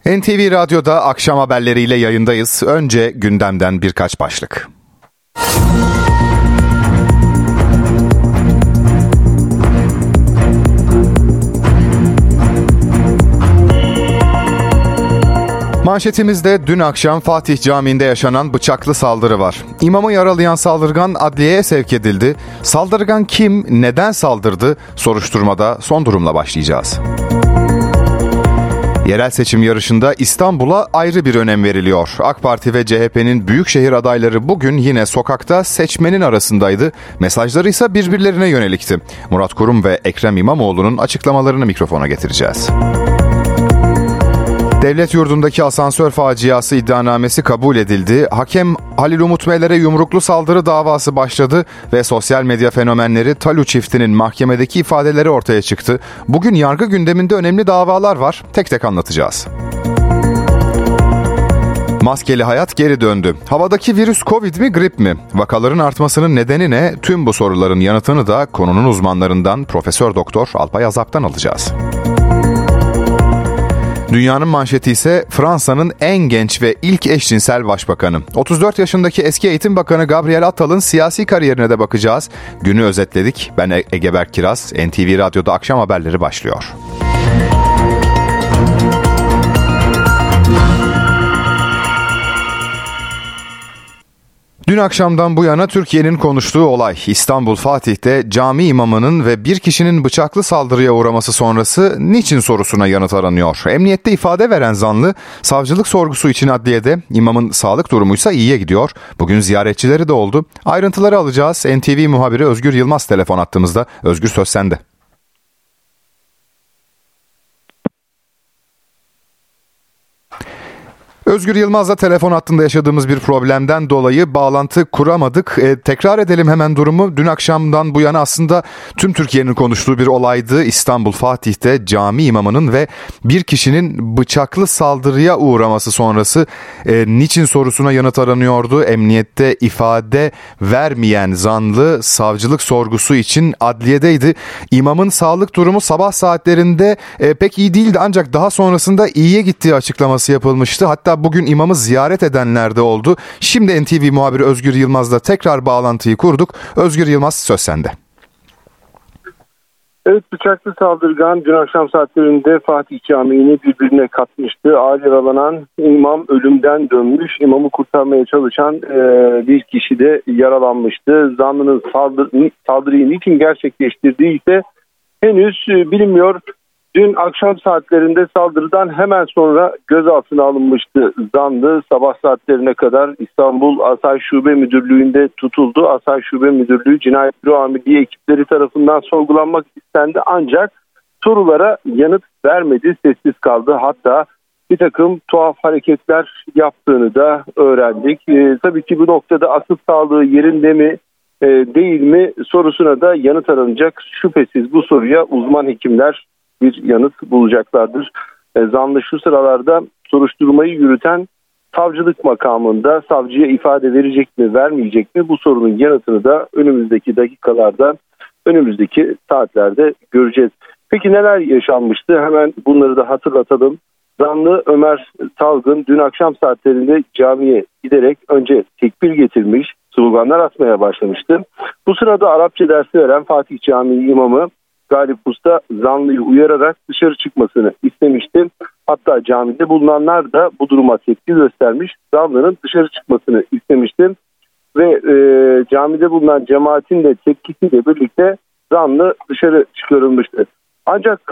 NTV Radyo'da akşam haberleriyle yayındayız. Önce gündemden birkaç başlık. Manşetimizde dün akşam Fatih Camii'nde yaşanan bıçaklı saldırı var. İmamı yaralayan saldırgan adliyeye sevk edildi. Saldırgan kim, neden saldırdı? Soruşturmada son durumla başlayacağız. Yerel seçim yarışında İstanbul'a ayrı bir önem veriliyor. AK Parti ve CHP'nin büyükşehir adayları bugün yine sokakta seçmenin arasındaydı. Mesajları ise birbirlerine yönelikti. Murat Kurum ve Ekrem İmamoğlu'nun açıklamalarını mikrofona getireceğiz. Devlet yurdundaki asansör faciası iddianamesi kabul edildi. Hakem Halil Umut Meler'e yumruklu saldırı davası başladı ve sosyal medya fenomenleri Talu çiftinin mahkemedeki ifadeleri ortaya çıktı. Bugün yargı gündeminde önemli davalar var. Tek tek anlatacağız. Maskeli hayat geri döndü. Havadaki virüs Covid mi, grip mi? Vakaların artmasının nedeni ne? Tüm bu soruların yanıtını da konunun uzmanlarından Profesör Doktor Alpay Azap'tan alacağız. Dünyanın manşeti ise Fransa'nın en genç ve ilk eşcinsel başbakanı. 34 yaşındaki eski Eğitim Bakanı Gabriel Attal'ın siyasi kariyerine de bakacağız. Günü özetledik. Ben Egeberk Kiraz. NTV Radyo'da akşam haberleri başlıyor. Dün akşamdan bu yana Türkiye'nin konuştuğu olay İstanbul Fatih'te cami imamının ve bir kişinin bıçaklı saldırıya uğraması sonrası niçin sorusuna yanıt aranıyor. Emniyette ifade veren zanlı savcılık sorgusu için adliyede, imamın sağlık durumuysa iyiye gidiyor. Bugün ziyaretçileri de oldu. Ayrıntıları alacağız. NTV muhabiri Özgür Yılmaz telefon attığımızda. Özgür, söz sende. Özgür Yılmaz'la telefon hattında yaşadığımız bir problemden dolayı bağlantı kuramadık. Tekrar edelim hemen durumu. Dün akşamdan bu yana aslında tüm Türkiye'nin konuştuğu bir olaydı. İstanbul Fatih'te cami imamının ve bir kişinin bıçaklı saldırıya uğraması sonrası niçin sorusuna yanıt aranıyordu. Emniyette ifade vermeyen zanlı savcılık sorgusu için adliyedeydi. İmamın sağlık durumu sabah saatlerinde pek iyi değildi, ancak daha sonrasında iyiye gittiği açıklaması yapılmıştı. Hatta bugün imamı ziyaret edenler de oldu. Şimdi NTV muhabiri Özgür Yılmaz'la tekrar bağlantıyı kurduk. Özgür Yılmaz, söz sende. Evet, bıçaklı saldırgan dün akşam saatlerinde Fatih Camii'ni birbirine katmıştı. Ağır yaralanan imam ölümden dönmüş. İmamı kurtarmaya çalışan bir kişi de yaralanmıştı. Zanlının saldırıyı niçin gerçekleştirdiği ise henüz bilinmiyor. Dün akşam saatlerinde saldırıdan hemen sonra gözaltına alınmıştı zanlı. Sabah saatlerine kadar İstanbul Asayiş Şube Müdürlüğü'nde tutuldu. Asayiş Şube Müdürlüğü Cinayet Büro Amirliği ekipleri tarafından sorgulanmak istendi, ancak sorulara yanıt vermedi, sessiz kaldı. Hatta bir takım tuhaf hareketler yaptığını da öğrendik. Tabii ki bu noktada akıl sağlığı yerinde mi değil mi sorusuna da yanıt aranacak. Şüphesiz bu soruya uzman hekimler bir yanıt bulacaklardır. Zanlı şu sıralarda soruşturmayı yürüten savcılık makamında, savcıya ifade verecek mi, vermeyecek mi, bu sorunun yanıtını da önümüzdeki dakikalarda, önümüzdeki saatlerde göreceğiz. Peki neler yaşanmıştı? Hemen bunları da hatırlatalım. Zanlı Ömer Salgın dün akşam saatlerinde camiye giderek önce tekbir getirmiş, sloganlar atmaya başlamıştı. Bu sırada Arapça dersi veren Fatih Camii imamı Galip Usta zanlıyı uyararak dışarı çıkmasını istemişti. Hatta camide bulunanlar da bu duruma tepki göstermiş, zanlının dışarı çıkmasını istemişti. Ve camide bulunan cemaatin de tepkisiyle birlikte zanlı dışarı çıkarılmıştı. Ancak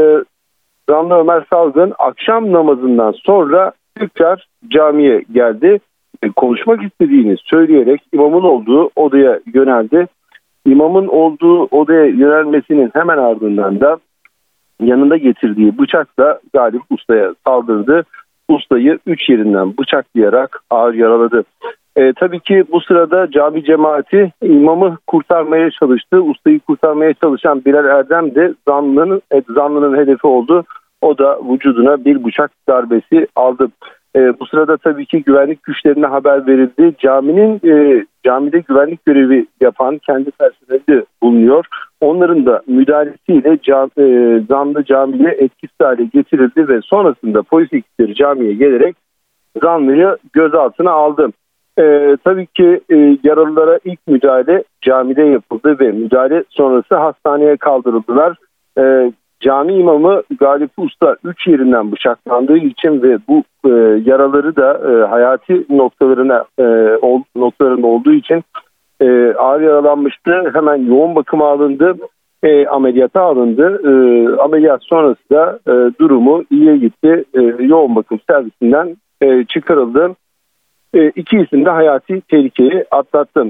zanlı Ömer Salgın akşam namazından sonra tekrar camiye geldi. Konuşmak istediğini söyleyerek imamın olduğu odaya yöneldi. İmamın olduğu odaya yönelmesinin hemen ardından da yanında getirdiği bıçakla Galip Usta'ya saldırdı. Usta'yı 3 yerinden bıçaklayarak ağır yaraladı. Tabii ki bu sırada cami cemaati imamı kurtarmaya çalıştı. Usta'yı kurtarmaya çalışan Bilal Erdem de zanlının hedefi oldu. O da vücuduna bir bıçak darbesi aldı. Bu sırada tabii ki güvenlik güçlerine haber verildi. Camide güvenlik görevi yapan kendi personeli de bulunuyor. Onların da müdahalesiyle zanlı camiye etkisiz hale getirildi ve sonrasında polis ekipleri camiye gelerek zanlıyı gözaltına aldı. Tabii ki yaralılara ilk müdahale camide yapıldı ve müdahale sonrası hastaneye kaldırıldılar. Cami imamı Galip Usta 3 yerinden bıçaklandığı için ve bu yaraları da hayati noktalarında olduğu için ağır yaralanmıştı. Hemen yoğun bakıma alındı, ameliyata alındı. Ameliyat sonrası da durumu iyiye gitti. Yoğun bakım servisinden çıkarıldı. İki isim de hayati tehlikeyi atlattı.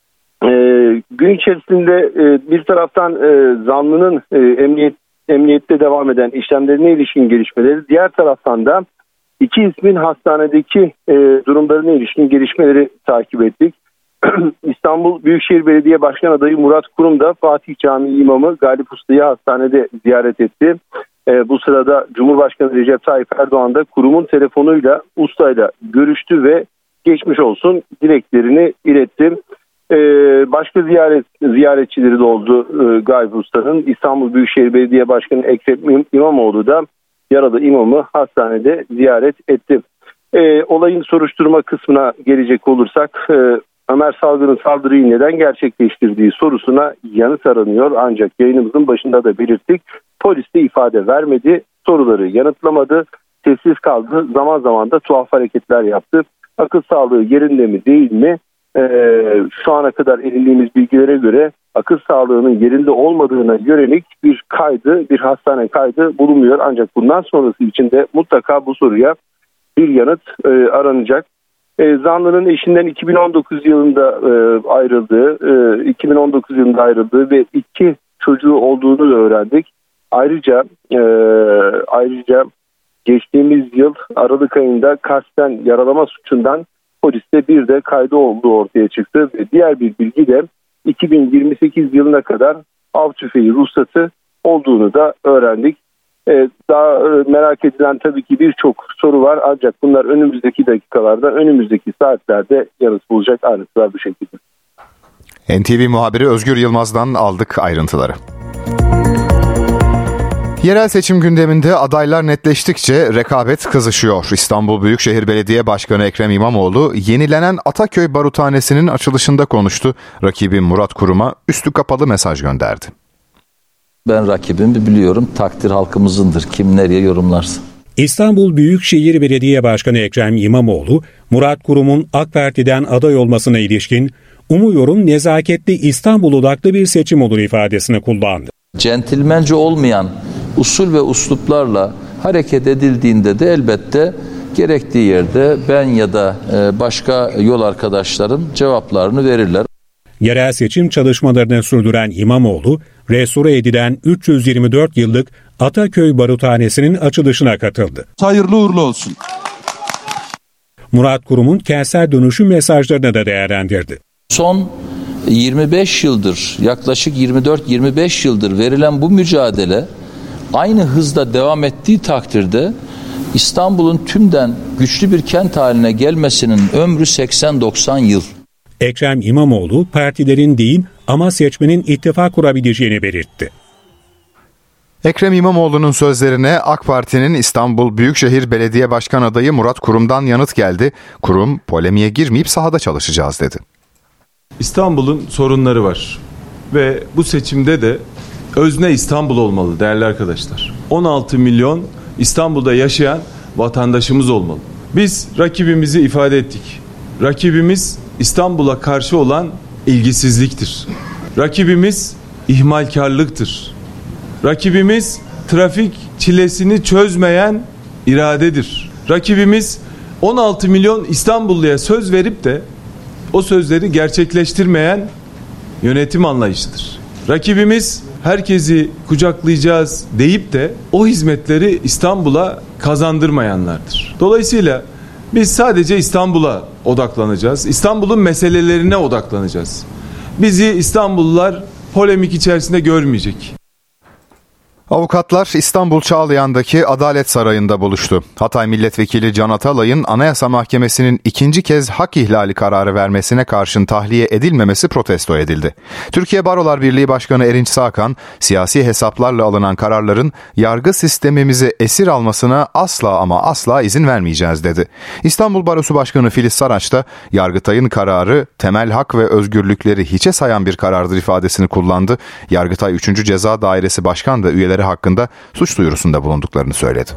Gün içerisinde bir taraftan zanlının emniyette devam eden işlemlerine ilişkin gelişmeleri, diğer taraftan da iki ismin hastanedeki durumlarına ilişkin gelişmeleri takip ettik. İstanbul Büyükşehir Belediye Başkan adayı Murat Kurum da Fatih Camii imamı Galip Usta'yı hastanede ziyaret etti. Bu sırada Cumhurbaşkanı Recep Tayyip Erdoğan da Kurum'un telefonuyla Usta'yla görüştü ve geçmiş olsun dileklerini iletti. Başka ziyaretçileri de oldu Galip Usta'nın. İstanbul Büyükşehir Belediye Başkanı Ekrem İmamoğlu da yaralı imamı hastanede ziyaret etti. Olayın soruşturma kısmına gelecek olursak Ömer Salgın'ın saldırıyı neden gerçekleştirdiği sorusuna yanıt aranıyor. Ancak yayınımızın başında da belirttik. Polis de ifade vermedi, soruları yanıtlamadı, sessiz kaldı. Zaman zaman da tuhaf hareketler yaptı. Akıl sağlığı yerinde mi değil mi? Şu ana kadar edindiğimiz bilgilere göre akıl sağlığının yerinde olmadığına yönelik bir hastane kaydı bulunmuyor. Ancak bundan sonrası için de mutlaka bu soruya bir yanıt aranacak. Zanlının eşinden 2019 yılında ayrıldığı ve 2 çocuğu olduğunu da öğrendik. Ayrıca geçtiğimiz yıl Aralık ayında kasten yaralama suçundan poliste bir de kaydı olduğu ortaya çıktı. Ve diğer bir bilgi de 2028 yılına kadar av tüfeği ruhsatı olduğunu da öğrendik. Daha merak edilen tabii ki birçok soru var, ancak bunlar önümüzdeki dakikalarda, önümüzdeki saatlerde yanıt bulacak. Ayrıntılar bu şekilde. NTV muhabiri Özgür Yılmaz'dan aldık ayrıntıları. Yerel seçim gündeminde adaylar netleştikçe rekabet kızışıyor. İstanbul Büyükşehir Belediye Başkanı Ekrem İmamoğlu yenilenen Ataköy Baruthanesi'nin açılışında konuştu. Rakibi Murat Kurum'a üstü kapalı mesaj gönderdi. Ben rakibimi biliyorum, takdir halkımızındır. Kim nereye yorumlarsa. İstanbul Büyükşehir Belediye Başkanı Ekrem İmamoğlu, Murat Kurum'un AK Parti'den aday olmasına ilişkin "Umuyorum nezaketli İstanbul odaklı bir seçim olur" ifadesini kullandı. Centilmence olmayan usul ve usluplarla hareket edildiğinde de elbette gerektiği yerde ben ya da başka yol arkadaşlarım cevaplarını verirler. Yerel seçim çalışmalarını sürdüren İmamoğlu, restore edilen 324 yıllık Ataköy Baruthanesi'nin açılışına katıldı. Hayırlı uğurlu olsun. Murat Kurum'un kentsel dönüşüm mesajlarını da değerlendirdi. Son 25 yıldır, yaklaşık 24-25 yıldır verilen bu mücadele aynı hızda devam ettiği takdirde İstanbul'un tümden güçlü bir kent haline gelmesinin ömrü 80-90 yıl. Ekrem İmamoğlu partilerin değil ama seçmenin ittifak kurabileceğini belirtti. Ekrem İmamoğlu'nun sözlerine AK Parti'nin İstanbul Büyükşehir Belediye Başkan adayı Murat Kurum'dan yanıt geldi. Kurum, polemiğe girmeyip sahada çalışacağız dedi. İstanbul'un sorunları var ve bu seçimde de özne İstanbul olmalı değerli arkadaşlar. 16 milyon İstanbul'da yaşayan vatandaşımız olmalı. Biz rakibimizi ifade ettik. Rakibimiz İstanbul'a karşı olan ilgisizliktir. Rakibimiz ihmalkarlıktır. Rakibimiz trafik çilesini çözmeyen iradedir. Rakibimiz 16 milyon İstanbulluya söz verip de o sözleri gerçekleştirmeyen yönetim anlayışıdır. Rakibimiz herkesi kucaklayacağız deyip de o hizmetleri İstanbul'a kazandırmayanlardır. Dolayısıyla biz sadece İstanbul'a odaklanacağız. İstanbul'un meselelerine odaklanacağız. Bizi İstanbullular polemik içerisinde görmeyecek. Avukatlar İstanbul Çağlayan'daki Adalet Sarayı'nda buluştu. Hatay Milletvekili Can Atalay'ın Anayasa Mahkemesi'nin ikinci kez hak ihlali kararı vermesine karşın tahliye edilmemesi protesto edildi. Türkiye Barolar Birliği Başkanı Erinç Sağkan, siyasi hesaplarla alınan kararların yargı sistemimizi esir almasına asla ama asla izin vermeyeceğiz dedi. İstanbul Barosu Başkanı Filiz Saraç da Yargıtay'ın kararı temel hak ve özgürlükleri hiçe sayan bir karardır ifadesini kullandı. Yargıtay 3. Ceza Dairesi Başkan ve üyeleri hakkında suç duyurusunda bulunduklarını söyledi.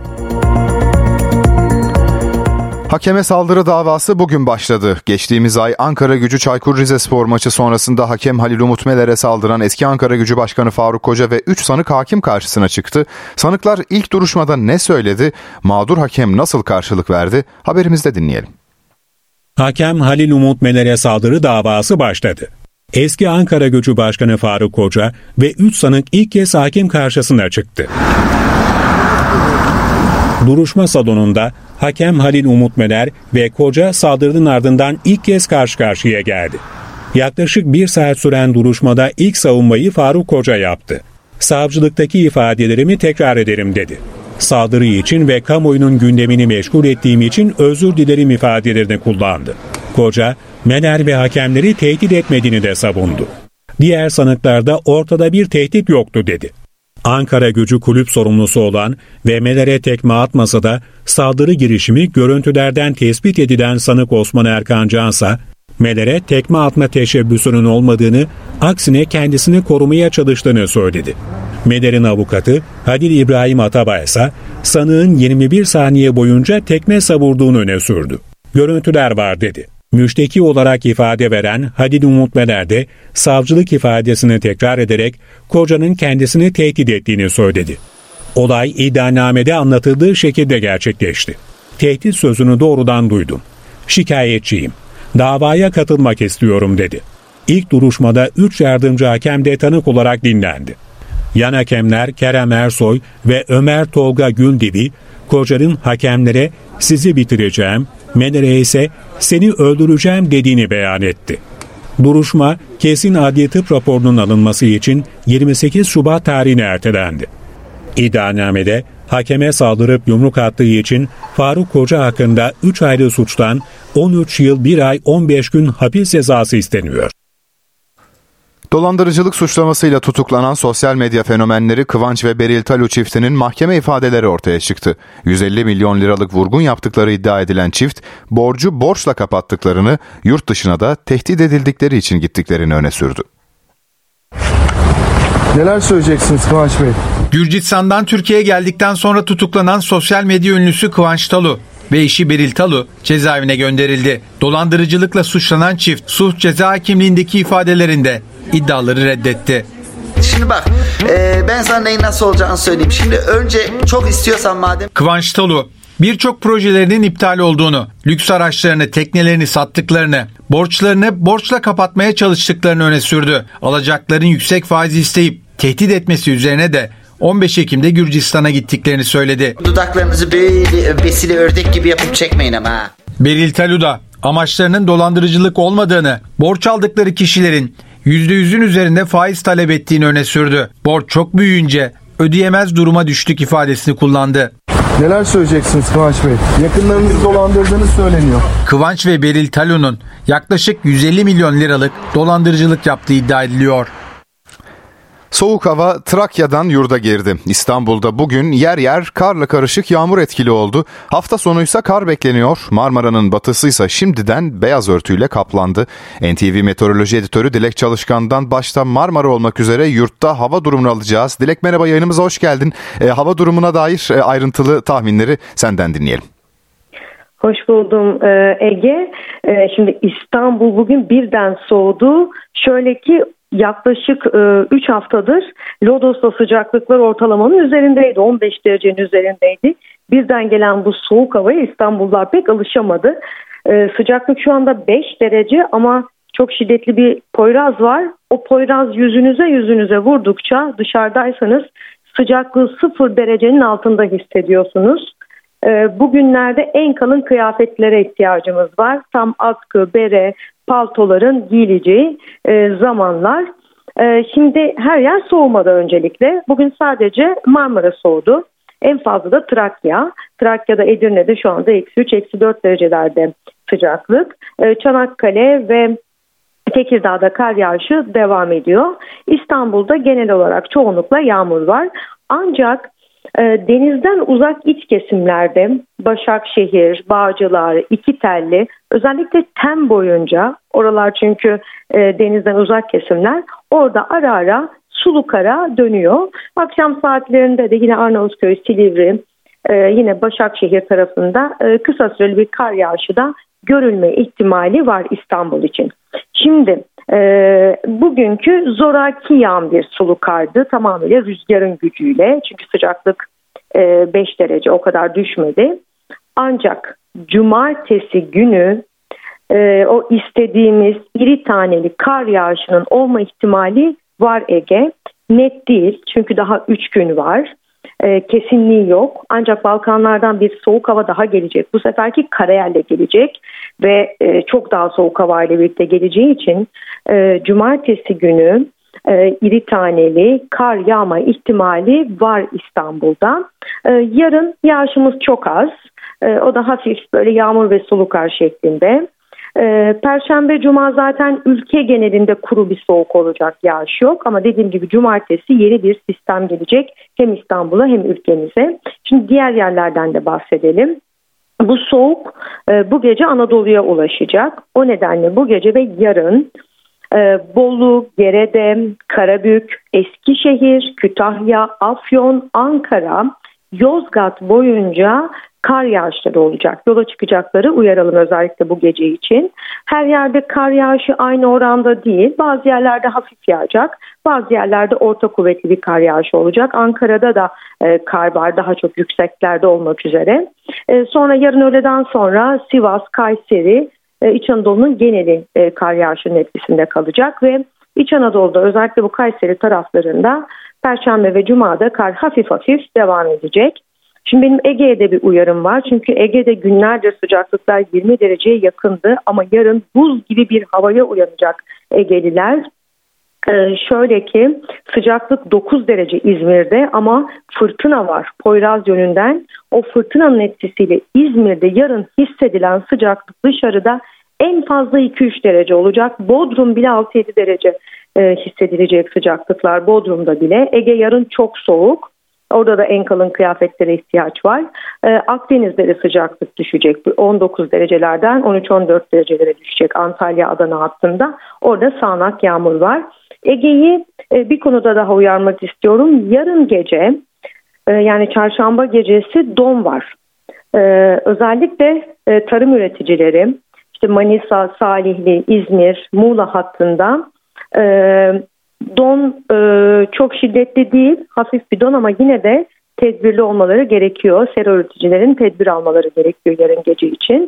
Hakeme saldırı davası bugün başladı. Geçtiğimiz ay Ankaragücü Çaykur Rizespor maçı sonrasında hakem Halil Umut Meler'e saldıran eski Ankaragücü Başkanı Faruk Koca ve 3 sanık hakim karşısına çıktı. Sanıklar ilk duruşmada ne söyledi? Mağdur hakem nasıl karşılık verdi? Haberimizde dinleyelim. Hakem Halil Umut Meler'e saldırı davası başladı. Eski Ankaragücü Başkanı Faruk Koca ve 3 sanık ilk kez hakim karşısına çıktı. Duruşma salonunda hakem Halil Umut Meler ve Koca saldırının ardından ilk kez karşı karşıya geldi. Yaklaşık 1 saat süren duruşmada ilk savunmayı Faruk Koca yaptı. Savcılıktaki ifadelerimi tekrar ederim dedi. Saldırı için ve kamuoyunun gündemini meşgul ettiğim için özür dilerim ifadelerini kullandı. Koca, Meler ve hakemleri tehdit etmediğini de savundu. Diğer sanıklarda ortada bir tehdit yoktu dedi. Ankaragücü kulüp sorumlusu olan ve Meler'e tekme atmasa da saldırı girişimi görüntülerden tespit edilen sanık Osman Erkan Cansa, Meler'e tekme atma teşebbüsünün olmadığını, aksine kendisini korumaya çalıştığını söyledi. Meler'in avukatı Halil İbrahim Atabay ise sanığın 21 saniye boyunca tekme savurduğunu öne sürdü. Görüntüler var dedi. Müşteki olarak ifade veren Halil Umut Meler de savcılık ifadesini tekrar ederek Koca'nın kendisini tehdit ettiğini söyledi. Olay iddianamede anlatıldığı şekilde gerçekleşti. Tehdit sözünü doğrudan duydum. Şikayetçiyim. Davaya katılmak istiyorum dedi. İlk duruşmada 3 yardımcı hakem de tanık olarak dinlendi. Yan hakemler Kerem Ersoy ve Ömer Tolga Güldibi, Koca'nın hakemlere sizi bitireceğim, Meler'e ise seni öldüreceğim dediğini beyan etti. Duruşma kesin adli tıp raporunun alınması için 28 Şubat tarihine ertelendi. İddianamede hakeme saldırıp yumruk attığı için Faruk Koca hakkında 3 ayrı suçtan 13 yıl 1 ay 15 gün hapis cezası isteniyor. Dolandırıcılık suçlamasıyla tutuklanan sosyal medya fenomenleri Kıvanç ve Beril Talu çiftinin mahkeme ifadeleri ortaya çıktı. 150 milyon liralık vurgun yaptıkları iddia edilen çift, borcu borçla kapattıklarını, yurt dışına da tehdit edildikleri için gittiklerini öne sürdü. Neler söyleyeceksiniz Kıvanç Bey? Gürcistan'dan Türkiye'ye geldikten sonra tutuklanan sosyal medya ünlüsü Kıvanç Talu ve eşi Beril Talu cezaevine gönderildi. Dolandırıcılıkla suçlanan çift Suç Ceza Hakimliğindeki ifadelerinde iddiaları reddetti. Şimdi bak ben sana neyin nasıl olacağını söyleyeyim. Şimdi önce çok istiyorsan madem. Kıvanç Talu birçok projelerinin iptal olduğunu, lüks araçlarını, teknelerini sattıklarını, borçlarını borçla kapatmaya çalıştıklarını öne sürdü. Alacakların yüksek faiz isteyip tehdit etmesi üzerine de 15 Ekim'de Gürcistan'a gittiklerini söyledi. Dudaklarınızı böyle besili ördek gibi yapıp çekmeyin ama. Beril Talu da amaçlarının dolandırıcılık olmadığını, borç aldıkları kişilerin %100'ün üzerinde faiz talep ettiğini öne sürdü. Borç çok büyüyünce ödeyemez duruma düştük ifadesini kullandı. Neler söyleyeceksiniz Kıvanç Bey? Yakınlarınızı dolandırdığınız söyleniyor. Kıvanç ve Beril Talu'nun yaklaşık 150 milyon liralık dolandırıcılık yaptığı iddia ediliyor. Soğuk hava Trakya'dan yurda girdi. İstanbul'da bugün yer yer karla karışık yağmur etkili oldu. Hafta sonuysa kar bekleniyor. Marmara'nın batısıysa şimdiden beyaz örtüyle kaplandı. NTV Meteoroloji Editörü Dilek Çalışkan'dan başta Marmara olmak üzere yurtta hava durumunu alacağız. Dilek merhaba, yayınımıza hoş geldin. Hava durumuna dair ayrıntılı tahminleri senden dinleyelim. Hoş buldum Ege. Şimdi İstanbul bugün birden soğudu. Şöyle ki yaklaşık 3 haftadır Lodos'ta sıcaklıklar ortalamanın üzerindeydi. 15 derecenin üzerindeydi. Birden gelen bu soğuk havaya İstanbullular pek alışamadı. Sıcaklık şu anda 5 derece ama çok şiddetli bir Poyraz var. O Poyraz yüzünüze vurdukça dışarıdaysanız sıcaklığı 0 derecenin altında hissediyorsunuz. Bugünlerde en kalın kıyafetlere ihtiyacımız var. Tam atkı, bere, paltoların giyileceği zamanlar. Şimdi her yer soğumadı öncelikle. Bugün sadece Marmara soğudu. En fazla da Trakya. Trakya'da, Edirne'de şu anda -3, -4 derecelerde sıcaklık. Çanakkale ve Tekirdağ'da kar yağışı devam ediyor. İstanbul'da genel olarak çoğunlukla yağmur var. Ancak denizden uzak iç kesimlerde Başakşehir, Bağcılar, İkitelli, özellikle Tem boyunca, oralar çünkü denizden uzak kesimler, orada ara ara sulu kara dönüyor. Akşam saatlerinde de yine Arnavutköy, Silivri, yine Başakşehir tarafında kısa süreli bir kar yağışı da görülme ihtimali var İstanbul için. Şimdi bugünkü zoraki yağan bir sulu kardı, tamamıyla rüzgarın gücüyle, çünkü sıcaklık 5 derece, o kadar düşmedi. Ancak cumartesi günü o istediğimiz iri taneli kar yağışının olma ihtimali var Ege. Net değil çünkü daha 3 gün var. Kesinliği yok. Ancak Balkanlardan bir soğuk hava daha gelecek. Bu seferki karayelle gelecek ve çok daha soğuk hava ile birlikte geleceği için cumartesi günü iri taneli kar yağma ihtimali var İstanbul'da. Yarın yağışımız çok az. O da hafif böyle yağmur ve sulu kar şeklinde. Perşembe, Cuma zaten ülke genelinde kuru bir soğuk olacak, yağış yok. Ama dediğim gibi cumartesi yeni bir sistem gelecek hem İstanbul'a hem ülkemize. Şimdi diğer yerlerden de bahsedelim. Bu soğuk bu gece Anadolu'ya ulaşacak. O nedenle bu gece ve yarın Bolu, Gerede, Karabük, Eskişehir, Kütahya, Afyon, Ankara, Yozgat boyunca kar yağışları olacak. Yola çıkacakları uyaralım özellikle bu gece için. Her yerde kar yağışı aynı oranda değil. Bazı yerlerde hafif yağacak. Bazı yerlerde orta kuvvetli bir kar yağışı olacak. Ankara'da da kar var, daha çok yükseklerde olmak üzere. Sonra yarın öğleden sonra Sivas, Kayseri, İç Anadolu'nun geneli kar yağışının etkisinde kalacak ve İç Anadolu'da özellikle bu Kayseri taraflarında Perşembe ve Cuma'da kar hafif hafif devam edecek. Şimdi benim Ege'de bir uyarım var. Çünkü Ege'de günlerdir sıcaklıklar 20 dereceye yakındı ama yarın buz gibi bir havaya uyanacak Egeliler. Şöyle ki sıcaklık 9 derece İzmir'de ama fırtına var Poyraz yönünden. O fırtınanın etkisiyle İzmir'de yarın hissedilen sıcaklık dışarıda en fazla 2-3 derece olacak. Bodrum bile 6-7 derece hissedilecek sıcaklıklar Bodrum'da bile. Ege yarın çok soğuk. Orada da en kalın kıyafetlere ihtiyaç var. Akdeniz'de de sıcaklık düşecek. 19 derecelerden 13-14 derecelere düşecek Antalya, Adana hattında. Orada sağanak yağmur var. Ege'yi bir konuda daha uyarmak istiyorum. Yarın gece yani çarşamba gecesi don var. Özellikle tarım üreticileri işte Manisa, Salihli, İzmir, Muğla hattında don çok şiddetli değil, hafif bir don ama yine de tedbirli olmaları gerekiyor. Sera üreticilerin tedbir almaları gerekiyor yarın gece için.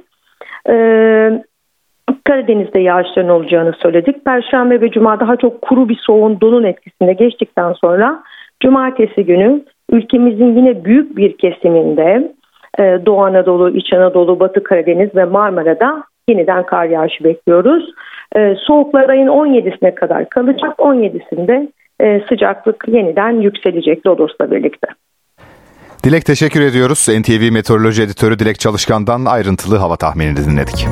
Karadeniz'de yağışların olacağını söyledik. Perşembe ve Cuma daha çok kuru bir soğuğun, donun etkisinde geçtikten sonra Cumartesi günü ülkemizin yine büyük bir kesiminde Doğu Anadolu, İç Anadolu, Batı Karadeniz ve Marmara'da yeniden kar yağışı bekliyoruz. Soğuklar ayın 17'sine kadar kalacak. 17'sinde sıcaklık yeniden yükselecek Lodos'la birlikte. Dilek, teşekkür ediyoruz. NTV Meteoroloji Editörü Dilek Çalışkan'dan ayrıntılı hava tahminini dinledik.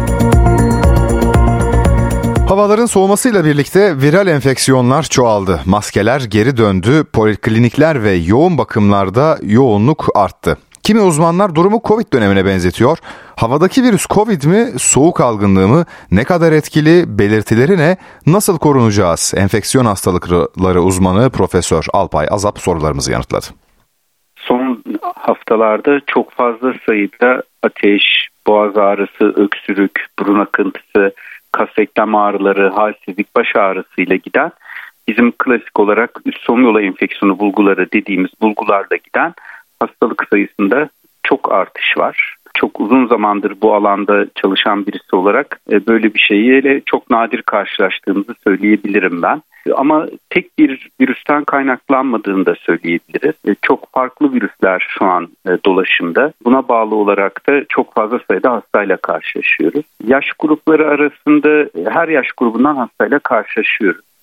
Havaların soğumasıyla birlikte viral enfeksiyonlar çoğaldı. Maskeler geri döndü. Poliklinikler ve yoğun bakımlarda yoğunluk arttı. Kimi uzmanlar durumu Covid dönemine benzetiyor. Havadaki virüs Covid mi, soğuk algınlığı mı, ne kadar etkili, belirtileri ne, nasıl korunacağız? Enfeksiyon hastalıkları uzmanı Profesör Alpay Azap sorularımızı yanıtladı. Son haftalarda çok fazla sayıda ateş, boğaz ağrısı, öksürük, burun akıntısı, kas eklem ağrıları, halsizlik, baş ağrısıyla giden, bizim klasik olarak üst solunum yolu enfeksiyonu bulguları dediğimiz bulgularla giden hastalık sayısında çok artış var. Çok uzun zamandır bu alanda çalışan birisi olarak böyle bir şeyle çok nadir karşılaştığımızı söyleyebilirim ben. Ama tek bir virüsten kaynaklanmadığını da söyleyebiliriz. Çok farklı virüsler şu an dolaşımda. Buna bağlı olarak da çok fazla sayıda hastayla karşılaşıyoruz. Yaş grupları arasında her yaş grubundan hastayla karşılaşıyoruz.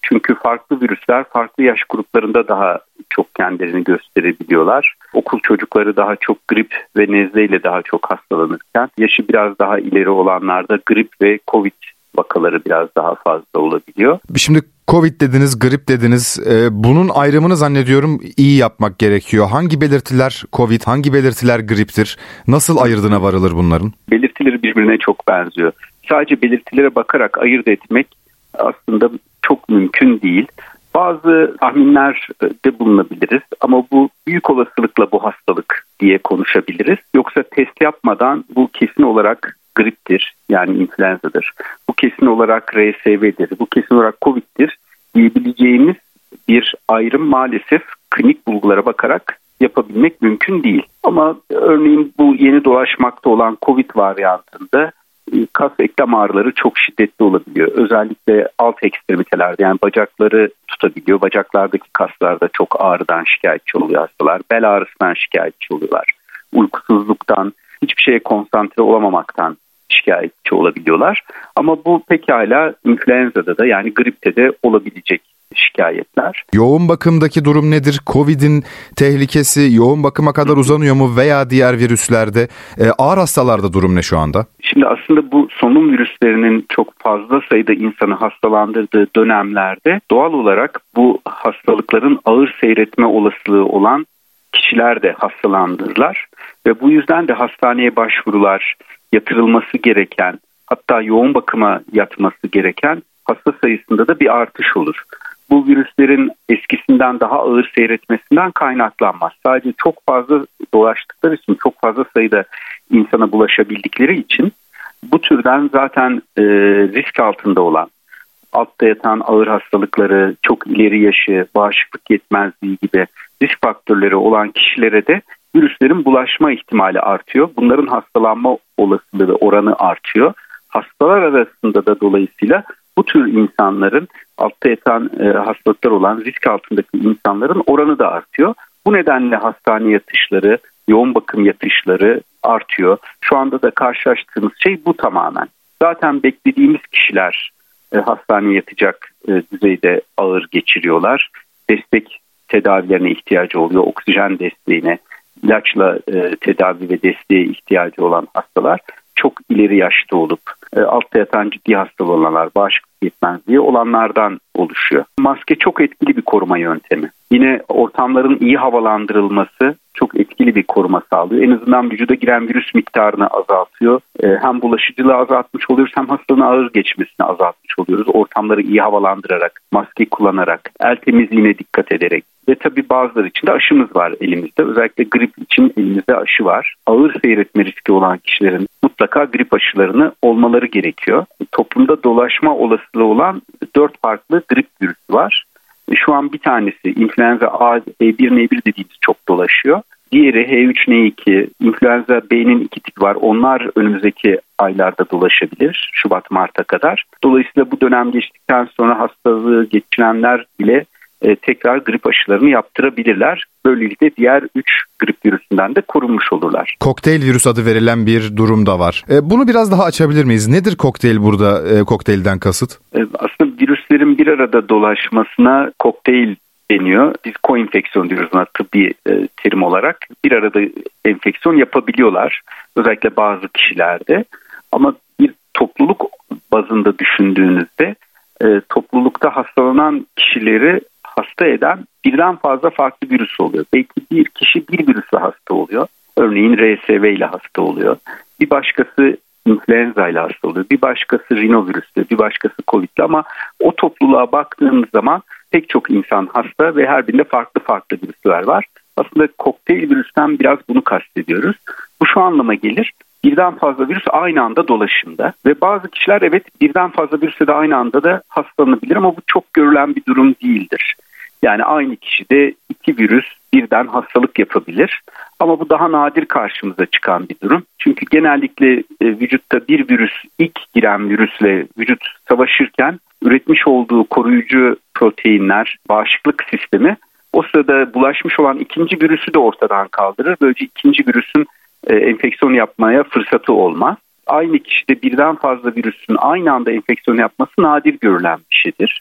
Çünkü farklı virüsler farklı yaş gruplarında daha çok kendilerini gösterebiliyorlar. Okul çocukları daha çok grip ve nezleyle daha çok hastalanırken yaşı biraz daha ileri olanlarda grip ve Covid vakaları biraz daha fazla olabiliyor. Şimdi Covid dediniz, grip dediniz. Bunun ayrımını zannediyorum iyi yapmak gerekiyor. Hangi belirtiler Covid, hangi belirtiler griptir? Nasıl ayırdığına varılır bunların? Belirtileri birbirine çok benziyor. Sadece belirtilere bakarak ayırt etmek aslında çok mümkün değil. Bazı tahminlerde bulunabiliriz ama bu büyük olasılıkla bu hastalık diye konuşabiliriz. Yoksa test yapmadan bu kesin olarak griptir, yani influenzadır. Bu kesin olarak RSV'dir, bu kesin olarak Covid'dir diyebileceğimiz bir ayrım maalesef klinik bulgulara bakarak yapabilmek mümkün değil. Ama örneğin bu yeni dolaşmakta olan Covid varyantında kas eklem ağrıları çok şiddetli olabiliyor. Özellikle alt ekstremitelerde, yani bacakları tutabiliyor. Bacaklardaki kaslarda çok ağrıdan şikayetçi oluyor hastalar. Bel ağrısından şikayetçi oluyorlar. Uykusuzluktan, hiçbir şeye konsantre olamamaktan şikayetçi olabiliyorlar. Ama bu pekala influenza'da da, yani gripte de olabilecek şikayetler. Yoğun bakımdaki durum nedir? Covid'in tehlikesi yoğun bakıma kadar uzanıyor mu veya diğer virüslerde? Ağır hastalarda durum ne şu anda? Şimdi aslında bu solunum virüslerinin çok fazla sayıda insanı hastalandırdığı dönemlerde doğal olarak bu hastalıkların ağır seyretme olasılığı olan kişiler de hastalandırırlar. Ve bu yüzden de hastaneye başvurular, yatırılması gereken, hatta yoğun bakıma yatması gereken hasta sayısında da bir artış olur. Bu virüslerin eskisinden daha ağır seyretmesinden kaynaklanmaz. Sadece çok fazla dolaştıkları için, çok fazla sayıda insana bulaşabildikleri için bu türden zaten risk altında olan, altta yatan ağır hastalıkları, çok ileri yaşı, bağışıklık yetmezliği gibi risk faktörleri olan kişilere de virüslerin bulaşma ihtimali artıyor. Bunların hastalanma olasılığı oranı artıyor. Hastalar arasında da dolayısıyla bu tür insanların, altta yatan hastalıklar olan risk altındaki insanların oranı da artıyor. Bu nedenle hastane yatışları, yoğun bakım yatışları artıyor. Şu anda da karşılaştığımız şey bu tamamen. Zaten beklediğimiz kişiler hastaneye yatacak düzeyde ağır geçiriyorlar. Destek tedavilerine ihtiyacı oluyor, oksijen desteğine, ilaçla tedavi ve desteğe ihtiyacı olan hastalar çok ileri yaşta olup altta yatan ciddi hastalığı olanlar, bağışıklık yetmezliği olanlardan oluşuyor. Maske çok etkili bir koruma yöntemi. Yine ortamların iyi havalandırılması çok etkili bir koruma sağlıyor. En azından vücuda giren virüs miktarını azaltıyor. Hem bulaşıcılığı azaltmış oluyoruz, hem hastalığın ağır geçmesini azaltmış oluyoruz. Ortamları iyi havalandırarak, maske kullanarak, el temizliğine dikkat ederek ve tabii bazıları için de aşımız var elimizde. Özellikle grip için elimizde aşı var. Ağır seyretme riski olan kişilerin mutlaka grip aşılarını olmaları gerekiyor. Toplumda dolaşma olasılığı olan 4 farklı grip virüsü var. Şu an bir tanesi influenza A, H1N1 dediğimiz çok dolaşıyor. Diğeri H3N2, influenza B'nin 2 tipi var. Onlar önümüzdeki aylarda dolaşabilir, Şubat-Mart'a kadar. Dolayısıyla bu dönem geçtikten sonra hastalığı geçirenler bile tekrar grip aşılarını yaptırabilirler. Böylelikle diğer 3 grip virüsünden de korunmuş olurlar. Kokteyl virüs adı verilen bir durum da var. Bunu biraz daha açabilir miyiz? Nedir kokteyl burada, kokteylden kasıt? Aslında virüslerin bir arada dolaşmasına kokteyl deniyor. Biz koenfeksiyon diyoruz buna tıbbi terim olarak. Bir arada enfeksiyon yapabiliyorlar. Özellikle bazı kişilerde. Ama bir topluluk bazında düşündüğünüzde toplulukta hastalanan kişileri hasta eden birden fazla farklı virüs oluyor. Belki bir kişi bir virüsle hasta oluyor. Örneğin RSV ile hasta oluyor. Bir başkası influenza ile hasta oluyor. Bir başkası rinovirüsle, bir başkası Covid'le, ama o topluluğa baktığımız zaman pek çok insan hasta ve her birinde farklı farklı virüsler var. Aslında kokteyl virüsten biraz bunu kastediyoruz. Bu şu anlama gelir: birden fazla virüs aynı anda dolaşımda ve bazı kişiler evet birden fazla virüse de aynı anda da hastalanabilir, ama bu çok görülen bir durum değildir. Yani aynı kişide 2 virüs birden hastalık yapabilir, ama bu daha nadir karşımıza çıkan bir durum. Çünkü genellikle vücutta bir virüs, ilk giren virüsle vücut savaşırken üretmiş olduğu koruyucu proteinler, bağışıklık sistemi o sırada bulaşmış olan ikinci virüsü de ortadan kaldırır. Böylece ikinci virüsün enfeksiyon yapmaya fırsatı olmaz. Aynı kişide birden fazla virüsün aynı anda enfeksiyon yapması nadir görülen bir şeydir.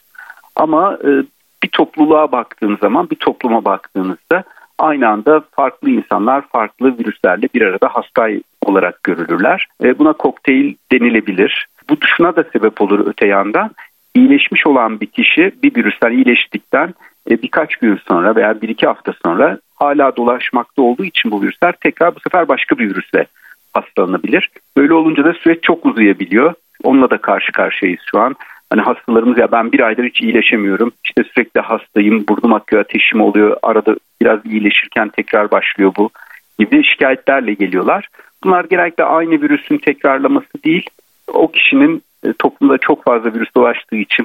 Ama bir topluluğa baktığınız zaman, bir topluma baktığınızda aynı anda farklı insanlar farklı virüslerle bir arada hasta olarak görülürler. Buna kokteyl denilebilir. Bu şuna da sebep olur öte yandan. İyileşmiş olan bir kişi bir virüsten iyileştikten birkaç gün sonra veya 1-2 hafta sonra hala dolaşmakta olduğu için bu virüsler tekrar bu sefer başka bir virüsle hastalanabilir. Böyle olunca da süreç çok uzayabiliyor. Onunla da karşı karşıyayız şu an. Hani hastalarımız ya ben bir aydır hiç iyileşemiyorum. İşte sürekli hastayım, burnum akıyor, ateşim oluyor. Arada biraz iyileşirken tekrar başlıyor bu gibi şikayetlerle geliyorlar. Bunlar genellikle aynı virüsün tekrarlaması değil. O kişinin toplumda çok fazla virüs dolaştığı için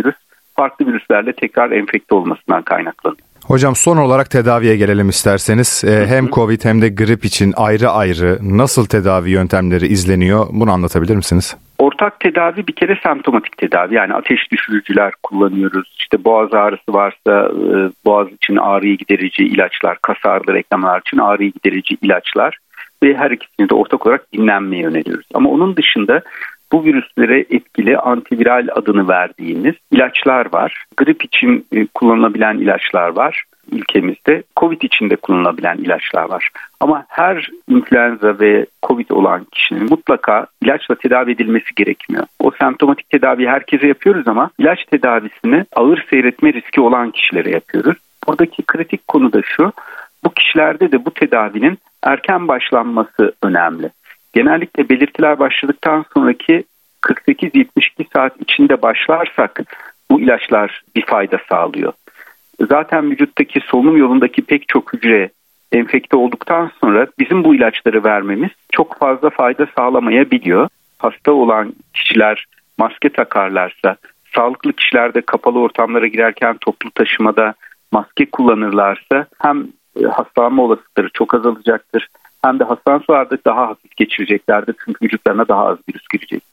farklı virüslerle tekrar enfekte olmasından kaynaklanıyor. Hocam son olarak tedaviye gelelim isterseniz. Hem Covid hem de grip için ayrı ayrı nasıl tedavi yöntemleri izleniyor bunu anlatabilir misiniz? Ortak tedavi bir kere semptomatik tedavi, yani ateş düşürücüler kullanıyoruz. İşte boğaz ağrısı varsa boğaz için ağrıyı giderici ilaçlar, kas ağrıları, eklem için ağrıyı giderici ilaçlar ve her ikisini de ortak olarak dinlenmeye öneriyoruz. Ama onun dışında bu virüslere etkili antiviral adını verdiğimiz ilaçlar var. Grip için kullanılabilen ilaçlar var ülkemizde. Covid için de kullanılabilen ilaçlar var. Ama her influenza ve Covid olan kişinin mutlaka ilaçla tedavi edilmesi gerekmiyor. O semptomatik tedaviyi herkese yapıyoruz ama ilaç tedavisini ağır seyretme riski olan kişilere yapıyoruz. Buradaki kritik konu da şu: bu kişilerde de bu tedavinin erken başlanması önemli. Genellikle belirtiler başladıktan sonraki 48-72 saat içinde başlarsak bu ilaçlar bir fayda sağlıyor. Zaten vücuttaki solunum yolundaki pek çok hücre enfekte olduktan sonra bizim bu ilaçları vermemiz çok fazla fayda sağlamayabiliyor. Hasta olan kişiler maske takarlarsa, sağlıklı kişiler de kapalı ortamlara girerken toplu taşımada maske kullanırlarsa hem hastalanma olasılıkları çok azalacaktır, hem de hastalansalar daha hafif geçireceklerdir çünkü vücutlarına daha az virüs girecek.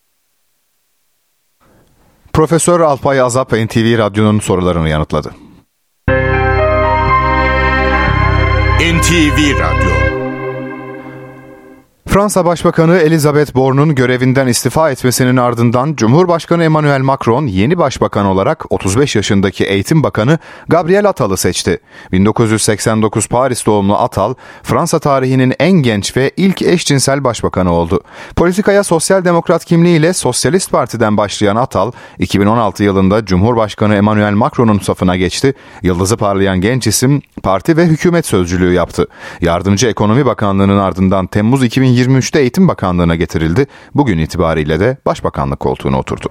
Profesör Alpay Azap NTV Radyo'nun sorularını yanıtladı. NTV Radyo. Fransa Başbakanı Elisabeth Borne'un görevinden istifa etmesinin ardından Cumhurbaşkanı Emmanuel Macron yeni başbakan olarak 35 yaşındaki Eğitim Bakanı Gabriel Attal'ı seçti. 1989 Paris doğumlu Attal, Fransa tarihinin en genç ve ilk eşcinsel başbakanı oldu. Politikaya sosyal demokrat kimliğiyle Sosyalist Parti'den başlayan Attal, 2016 yılında Cumhurbaşkanı Emmanuel Macron'un safına geçti. Yıldızı parlayan genç isim parti ve hükümet sözcülüğü yaptı. Yardımcı Ekonomi Bakanlığı'nın ardından Temmuz 2023'te Eğitim Bakanlığı'na getirildi. Bugün itibariyle de Başbakanlık koltuğuna oturdu.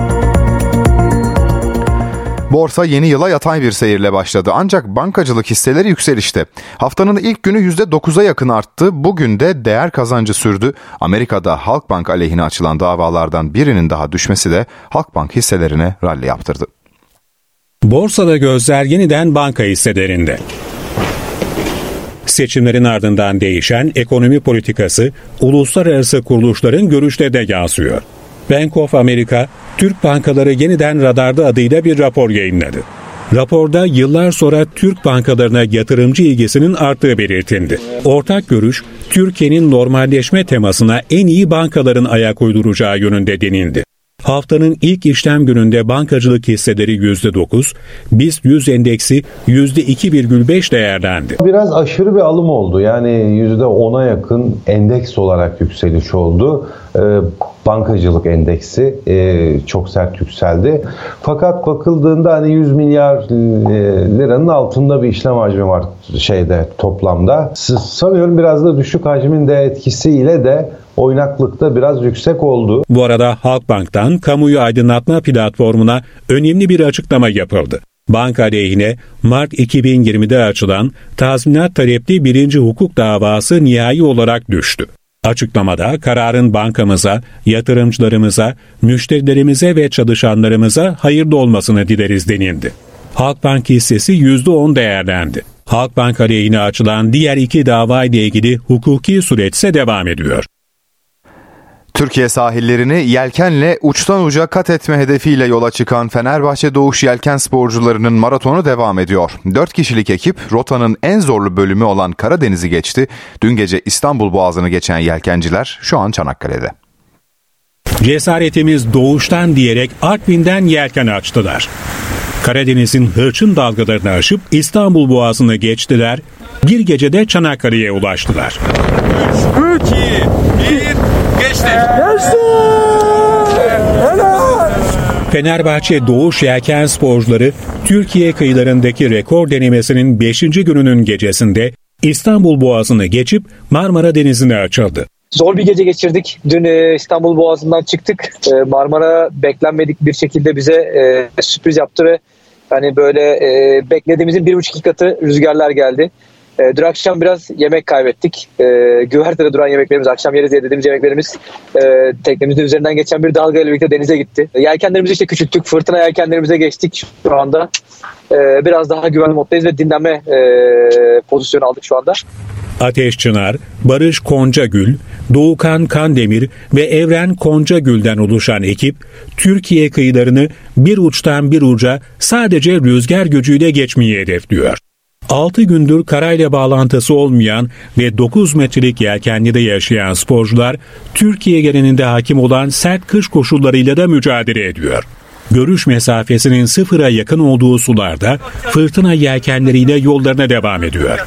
Borsa yeni yıla yatay bir seyirle başladı ancak bankacılık hisseleri yükselişte. Haftanın ilk günü %9'a yakın arttı. Bugün de değer kazancı sürdü. Amerika'da Halkbank aleyhine açılan davalardan birinin daha düşmesi de Halkbank hisselerine ralli yaptırdı. Borsada gözler yeniden banka hisselerinde. Seçimlerin ardından değişen ekonomi politikası uluslararası kuruluşların görüşte de yansıyor. Bank of America, Türk bankaları yeniden radarda adıyla bir rapor yayınladı. Raporda yıllar sonra Türk bankalarına yatırımcı ilgisinin arttığı belirtildi. Ortak görüş, Türkiye'nin normalleşme temasına en iyi bankaların ayak uyduracağı yönünde denildi. Haftanın ilk işlem gününde bankacılık hisseleri %9, BIST 100 endeksi %2,5 değerlendi. Biraz aşırı bir alım oldu. Yani %10'a yakın endeks olarak yükseliş oldu. Bankacılık endeksi çok sert yükseldi. Fakat bakıldığında hani 100 milyar liranın altında bir işlem hacmi var toplamda. Sanıyorum biraz da düşük hacmin de etkisiyle de oynaklıkta biraz yüksek oldu. Bu arada Halkbank'tan kamuoyu aydınlatma platformuna önemli bir açıklama yapıldı. Banka aleyhine Mart 2020'de açılan tazminat talepli birinci hukuk davası nihai olarak düştü. Açıklamada kararın bankamıza, yatırımcılarımıza, müşterilerimize ve çalışanlarımıza hayırlı olmasını dileriz denildi. Halkbank hissesi %10 değerlendi. Halkbank aleyhine açılan diğer iki dava ile ilgili hukuki süreç ise devam ediyor. Türkiye sahillerini yelkenle uçtan uca kat etme hedefiyle yola çıkan Fenerbahçe Doğuş Yelken sporcularının maratonu devam ediyor. 4 kişilik ekip rotanın en zorlu bölümü olan Karadeniz'i geçti. Dün gece İstanbul Boğazı'nı geçen yelkenciler şu an Çanakkale'de. Cesaretimiz doğuştan diyerek Artvin'den yelken açtılar. Karadeniz'in hırçın dalgalarını aşıp İstanbul Boğazı'nı geçtiler, bir gecede Çanakkale'ye ulaştılar. 3, 2, 1, geçti. Fenerbahçe Doğuş Yelken sporcuları Türkiye kıyılarındaki rekor denemesinin 5. gününün gecesinde İstanbul Boğazı'nı geçip Marmara Denizi'ne açıldı. Zor bir gece geçirdik. Dün İstanbul Boğazı'ndan çıktık. Marmara beklenmedik bir şekilde bize sürpriz yaptı ve hani böyle beklediğimizin 1,5 katı rüzgarlar geldi. Dün akşam biraz yemek kaybettik. Güvertede duran yemeklerimiz, akşam yeriz diye dediğimiz yemeklerimiz teknemizin üzerinden geçen bir dalga ile birlikte denize gitti. Yelkenlerimizi işte küçülttük. Fırtına yelkenlerimize geçtik şu anda. Biraz daha güvenli moddayız ve dinlenme pozisyonu aldık şu anda. Ateş Çınar, Barış Koncagül, Doğukan Kandemir ve Evren Koncagül'den oluşan ekip Türkiye kıyılarını bir uçtan bir uca sadece rüzgar gücüyle geçmeyi hedefliyor. 6 gündür karayla bağlantısı olmayan ve 9 metrelik yelkenlide yaşayan sporcular Türkiye genelinde hakim olan sert kış koşullarıyla da mücadele ediyor. Görüş mesafesinin sıfıra yakın olduğu sularda fırtına yelkenleriyle yollarına devam ediyor.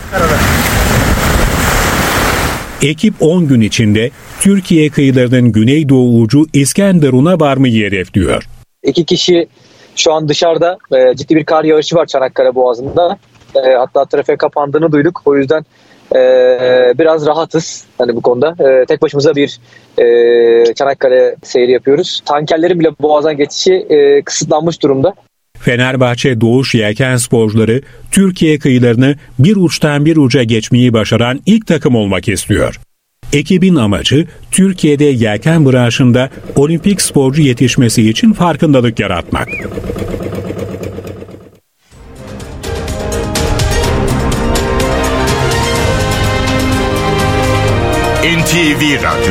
Ekip 10 gün içinde Türkiye kıyılarının güneydoğu ucu İskenderun'a varmayı hedefliyor. 2 kişi şu an dışarıda, ciddi bir kar yağışı var Çanakkale Boğazı'nda. Hatta trafiğe kapandığını duyduk. O yüzden biraz rahatız hani bu konuda. Tek başımıza bir Çanakkale seyri yapıyoruz. Tankerlerin bile boğazdan geçişi kısıtlanmış durumda. Fenerbahçe Doğuş Yelken sporcuları Türkiye kıyılarını bir uçtan bir uca geçmeyi başaran ilk takım olmak istiyor. Ekibin amacı Türkiye'de yelken branşında olimpik sporcu yetişmesi için farkındalık yaratmak. NTV Radyo.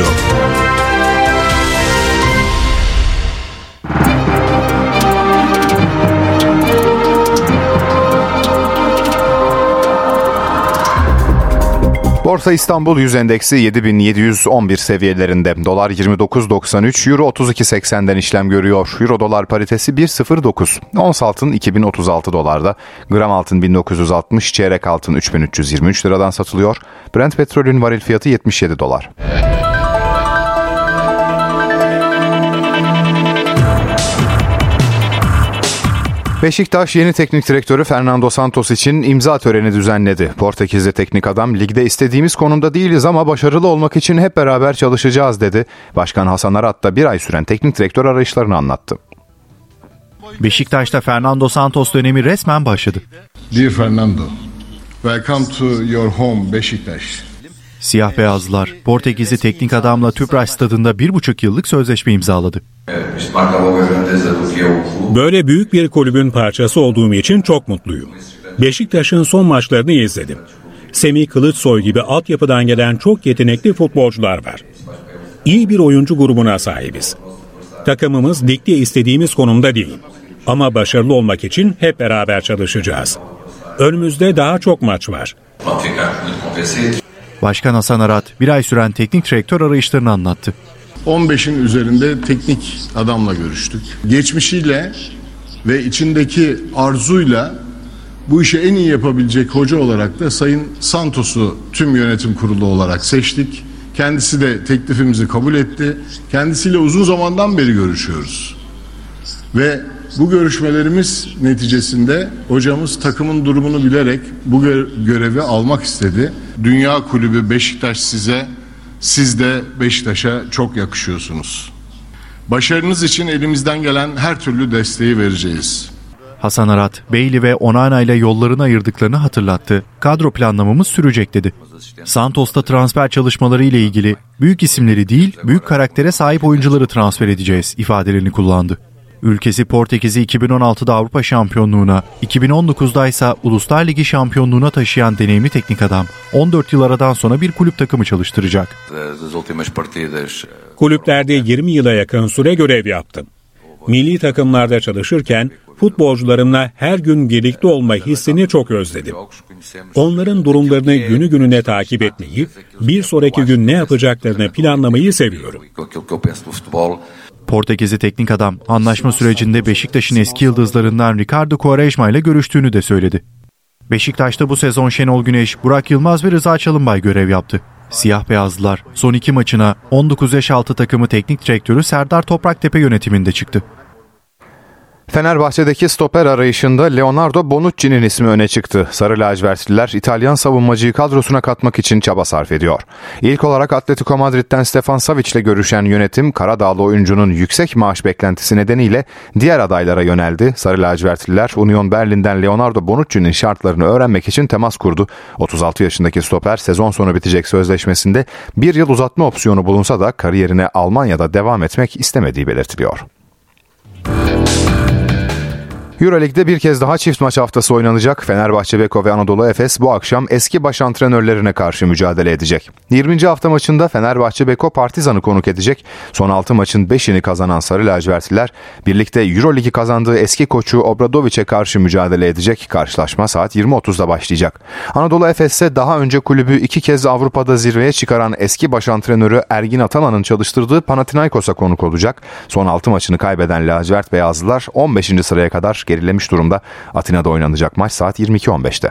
Borsa İstanbul 100 endeksi 7711 seviyelerinde. Dolar 29.93, Euro 32.80'den işlem görüyor. Euro dolar paritesi 1.09. Ons altın 2036 dolarda. Gram altın 1960, çeyrek altın 3323 liradan satılıyor. Brent petrolün varil fiyatı 77 dolar. Beşiktaş yeni teknik direktörü Fernando Santos için imza töreni düzenledi. Portekizli teknik adam, ligde istediğimiz konumda değiliz ama başarılı olmak için hep beraber çalışacağız dedi. Başkan Hasan Arat da bir ay süren teknik direktör arayışlarını anlattı. Beşiktaş'ta Fernando Santos dönemi resmen başladı. Dear Fernando, welcome to your home Beşiktaş. Siyah beyazlılar Portekizli teknik adamla Tüpraş stadında 1,5 yıllık sözleşme imzaladı. Böyle büyük bir kulübün parçası olduğum için çok mutluyum. Beşiktaş'ın son maçlarını izledim. Semih Kılıçsoy gibi altyapıdan gelen çok yetenekli futbolcular var. İyi bir oyuncu grubuna sahibiz. Takımımız ligde istediğimiz konumda değil. Ama başarılı olmak için hep beraber çalışacağız. Önümüzde daha çok maç var. Başkan Hasan Arat bir ay süren teknik direktör arayışlarını anlattı. 15'in üzerinde teknik adamla görüştük. Geçmişiyle ve içindeki arzuyla bu işi en iyi yapabilecek hoca olarak da Sayın Santos'u tüm yönetim kurulu olarak seçtik. Kendisi de teklifimizi kabul etti. Kendisiyle uzun zamandan beri görüşüyoruz. Ve bu görüşmelerimiz neticesinde hocamız takımın durumunu bilerek bu görevi almak istedi. Dünya kulübü Beşiktaş size, siz de Beşiktaş'a çok yakışıyorsunuz. Başarınız için elimizden gelen her türlü desteği vereceğiz. Hasan Arat, Bailey ve Onana ile yollarını ayırdıklarını hatırlattı. Kadro planlamamız sürecek dedi. Santos'ta transfer çalışmaları ile ilgili büyük isimleri değil, büyük karaktere sahip oyuncuları transfer edeceğiz ifadelerini kullandı. Ülkesi Portekiz'i 2016'da Avrupa Şampiyonluğuna, 2019'da ise Uluslar Ligi şampiyonluğuna taşıyan deneyimli teknik adam 14 yıl aradan sonra bir kulüp takımı çalıştıracak. Kulüplerde 20 yıla yakın süre görev yaptım. Milli takımlarda çalışırken futbolcularımla her gün birlikte olma hissini çok özledim. Onların durumlarını günü gününe takip etmeyi, bir sonraki gün ne yapacaklarını planlamayı seviyorum. Portekizli teknik adam anlaşma sürecinde Beşiktaş'ın eski yıldızlarından Ricardo Quaresma ile görüştüğünü de söyledi. Beşiktaş'ta bu sezon Şenol Güneş, Burak Yılmaz ve Rıza Çalınbay görev yaptı. Siyah beyazlılar son 2 maçına 19 yaş altı takımı teknik direktörü Serdar Topraktepe yönetiminde çıktı. Fenerbahçe'deki stoper arayışında Leonardo Bonucci'nin ismi öne çıktı. Sarı lacivertliler İtalyan savunmacıyı kadrosuna katmak için çaba sarf ediyor. İlk olarak Atletico Madrid'den Stefan Savic ile görüşen yönetim, Karadağlı oyuncunun yüksek maaş beklentisi nedeniyle diğer adaylara yöneldi. Sarı lacivertliler Union Berlin'den Leonardo Bonucci'nin şartlarını öğrenmek için temas kurdu. 36 yaşındaki stoper sezon sonu bitecek sözleşmesinde 1 yıl uzatma opsiyonu bulunsa da kariyerine Almanya'da devam etmek istemediği belirtiliyor. Euroleague'de bir kez daha çift maç haftası oynanacak. Fenerbahçe, Beko ve Anadolu Efes bu akşam eski baş antrenörlerine karşı mücadele edecek. 20. hafta maçında Fenerbahçe, Beko Partizan'ı konuk edecek. Son 6 maçın 5'ini kazanan Sarı lacivertliler birlikte Euroleague'i kazandığı eski koçu Obradovic'e karşı mücadele edecek. Karşılaşma saat 20.30'da başlayacak. Anadolu Efes ise daha önce kulübü 2 kez Avrupa'da zirveye çıkaran eski baş antrenörü Ergin Ataman'ın çalıştırdığı Panathinaikos'a konuk olacak. Son 6 maçını kaybeden lacivert beyazlılar 15. sıraya kadar gerilemiş durumda. Atina'da oynanacak maç saat 22.15'te.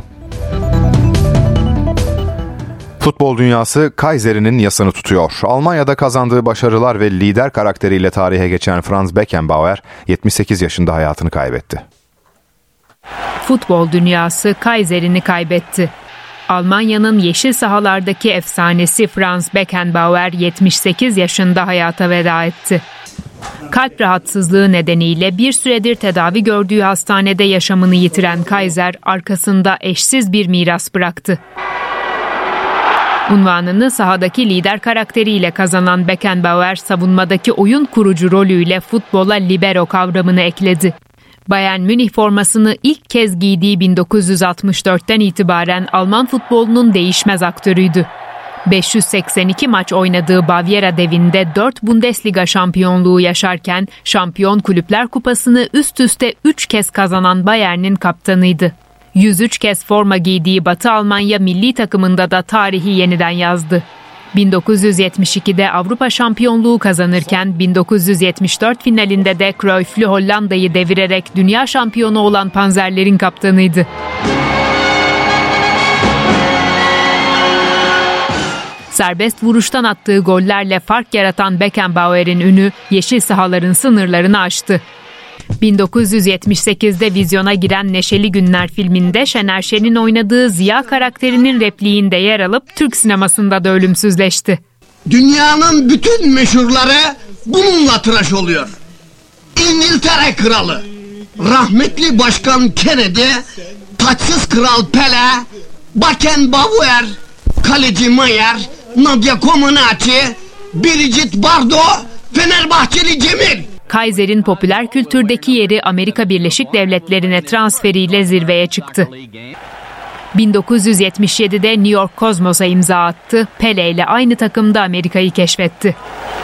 Futbol dünyası Kayseri'nin yasını tutuyor. Almanya'da kazandığı başarılar ve lider karakteriyle tarihe geçen Franz Beckenbauer 78 yaşında hayatını kaybetti. Futbol dünyası Kayseri'ni kaybetti. Almanya'nın yeşil sahalardaki efsanesi Franz Beckenbauer 78 yaşında hayata veda etti. Kalp rahatsızlığı nedeniyle bir süredir tedavi gördüğü hastanede yaşamını yitiren Kaiser arkasında eşsiz bir miras bıraktı. Unvanını sahadaki lider karakteriyle kazanan Beckenbauer, savunmadaki oyun kurucu rolüyle futbola libero kavramını ekledi. Bayern Münih formasını ilk kez giydiği 1964'ten itibaren Alman futbolunun değişmez aktörüydü. 582 maç oynadığı Bavyera devinde 4 Bundesliga şampiyonluğu yaşarken Şampiyon Kulüpler Kupası'nı üst üste 3 kez kazanan Bayern'in kaptanıydı. 103 kez forma giydiği Batı Almanya milli takımında da tarihi yeniden yazdı. 1972'de Avrupa şampiyonluğu kazanırken 1974 finalinde de Cruyff'lü Hollanda'yı devirerek dünya şampiyonu olan Panzerlerin kaptanıydı. Serbest vuruştan attığı gollerle fark yaratan Beckenbauer'in ünü yeşil sahaların sınırlarını aştı. 1978'de vizyona giren Neşeli Günler filminde Şener Şen'in oynadığı Ziya karakterinin repliğinde yer alıp Türk sinemasında da ölümsüzleşti. Dünyanın bütün meşhurları bununla tıraş oluyor. İngiltere Kralı, rahmetli Başkan Kennedy, taçsız Kral Pele, Beckenbauer, Kaleci Mayer, Nadia Comaneci, Brigitte Bardot, Fenerbahçeli Cemil. Kaiser'in popüler kültürdeki yeri Amerika Birleşik Devletleri'ne transferiyle zirveye çıktı. 1977'de New York Cosmos'a imza attı. Pele ile aynı takımda Amerika'yı keşfetti.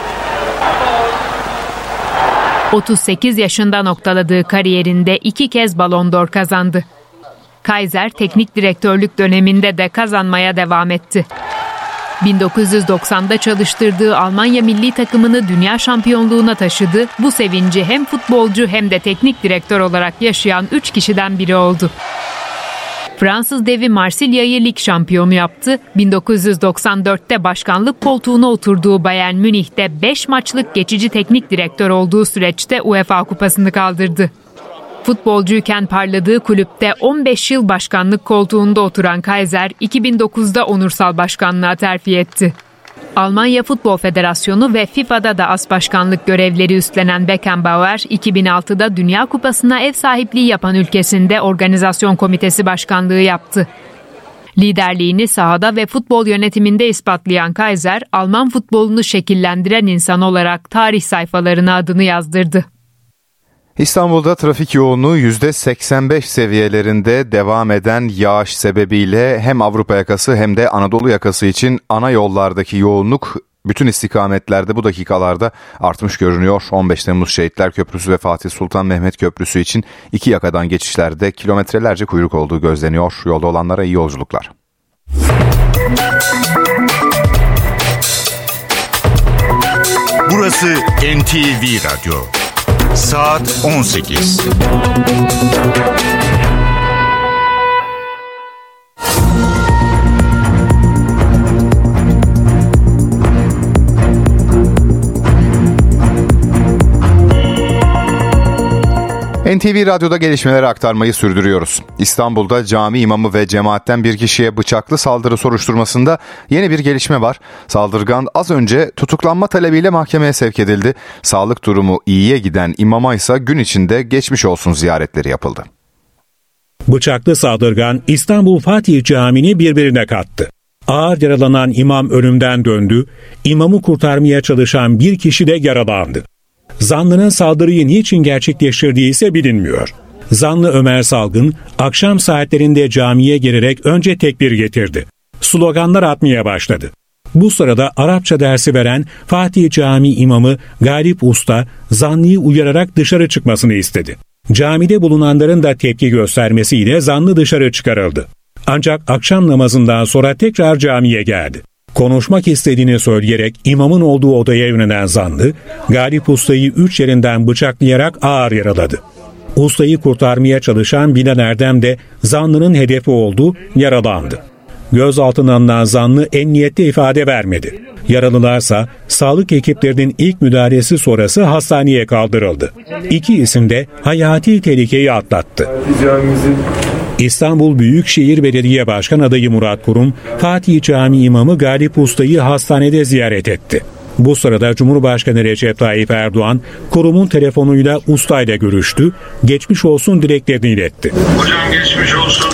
38 yaşında noktaladığı kariyerinde 2 kez Ballon d'Or kazandı. Kaiser teknik direktörlük döneminde de kazanmaya devam etti. 1990'da çalıştırdığı Almanya milli takımını dünya şampiyonluğuna taşıdı. Bu sevinci hem futbolcu hem de teknik direktör olarak yaşayan 3 kişiden biri oldu. Fransız devi Marsilya'yı lig şampiyonu yaptı. 1994'te başkanlık koltuğuna oturduğu Bayern Münih'te 5 maçlık geçici teknik direktör olduğu süreçte UEFA Kupası'nı kaldırdı. Futbolcuyken parladığı kulüpte 15 yıl başkanlık koltuğunda oturan Kaiser, 2009'da onursal başkanlığa terfi etti. Almanya Futbol Federasyonu ve FIFA'da da as başkanlık görevleri üstlenen Beckenbauer, 2006'da Dünya Kupası'na ev sahipliği yapan ülkesinde organizasyon komitesi başkanlığı yaptı. Liderliğini sahada ve futbol yönetiminde ispatlayan Kaiser, Alman futbolunu şekillendiren insan olarak tarih sayfalarına adını yazdırdı. İstanbul'da trafik yoğunluğu %85 seviyelerinde devam eden yağış sebebiyle hem Avrupa yakası hem de Anadolu yakası için ana yollardaki yoğunluk bütün istikametlerde bu dakikalarda artmış görünüyor. 15 Temmuz Şehitler Köprüsü ve Fatih Sultan Mehmet Köprüsü için iki yakadan geçişlerde kilometrelerce kuyruk olduğu gözleniyor. Yolda olanlara iyi yolculuklar. Burası NTV Radyo. Saat 18. NTV Radyo'da gelişmeleri aktarmayı sürdürüyoruz. İstanbul'da cami imamı ve cemaatten bir kişiye bıçaklı saldırı soruşturmasında yeni bir gelişme var. Saldırgan az önce tutuklanma talebiyle mahkemeye sevk edildi. Sağlık durumu iyiye giden imama ise gün içinde geçmiş olsun ziyaretleri yapıldı. Bıçaklı saldırgan İstanbul Fatih Camii'ni birbirine kattı. Ağır yaralanan imam ölümden döndü. İmamı kurtarmaya çalışan bir kişi de yaralandı. Zanlının saldırıyı niçin gerçekleştirdiği ise bilinmiyor. Zanlı Ömer Salgın akşam saatlerinde camiye girerek önce tekbir getirdi. Sloganlar atmaya başladı. Bu sırada Arapça dersi veren Fatih Camii imamı Galip Usta zanlıyı uyararak dışarı çıkmasını istedi. Camide bulunanların da tepki göstermesiyle zanlı dışarı çıkarıldı. Ancak akşam namazından sonra tekrar camiye geldi. Konuşmak istediğini söyleyerek imamın olduğu odaya yönelen zanlı, Galip Usta'yı 3 yerinden bıçaklayarak ağır yaraladı. Usta'yı kurtarmaya çalışan Bilal Erdem de zanlının hedefi oldu, yaralandı. Gözaltına alınan zanlı emniyette ifade vermedi. Yaralılarsa sağlık ekiplerinin ilk müdahalesi sonrası hastaneye kaldırıldı. İki isim de hayati tehlikeyi atlattı. İstanbul Büyükşehir Belediye Başkan adayı Murat Kurum, Fatih Camii imamı Galip Usta'yı hastanede ziyaret etti. Bu sırada Cumhurbaşkanı Recep Tayyip Erdoğan, Kurum'un telefonuyla Usta'yla görüştü, geçmiş olsun dileklerini iletti. Hocam geçmiş olsun.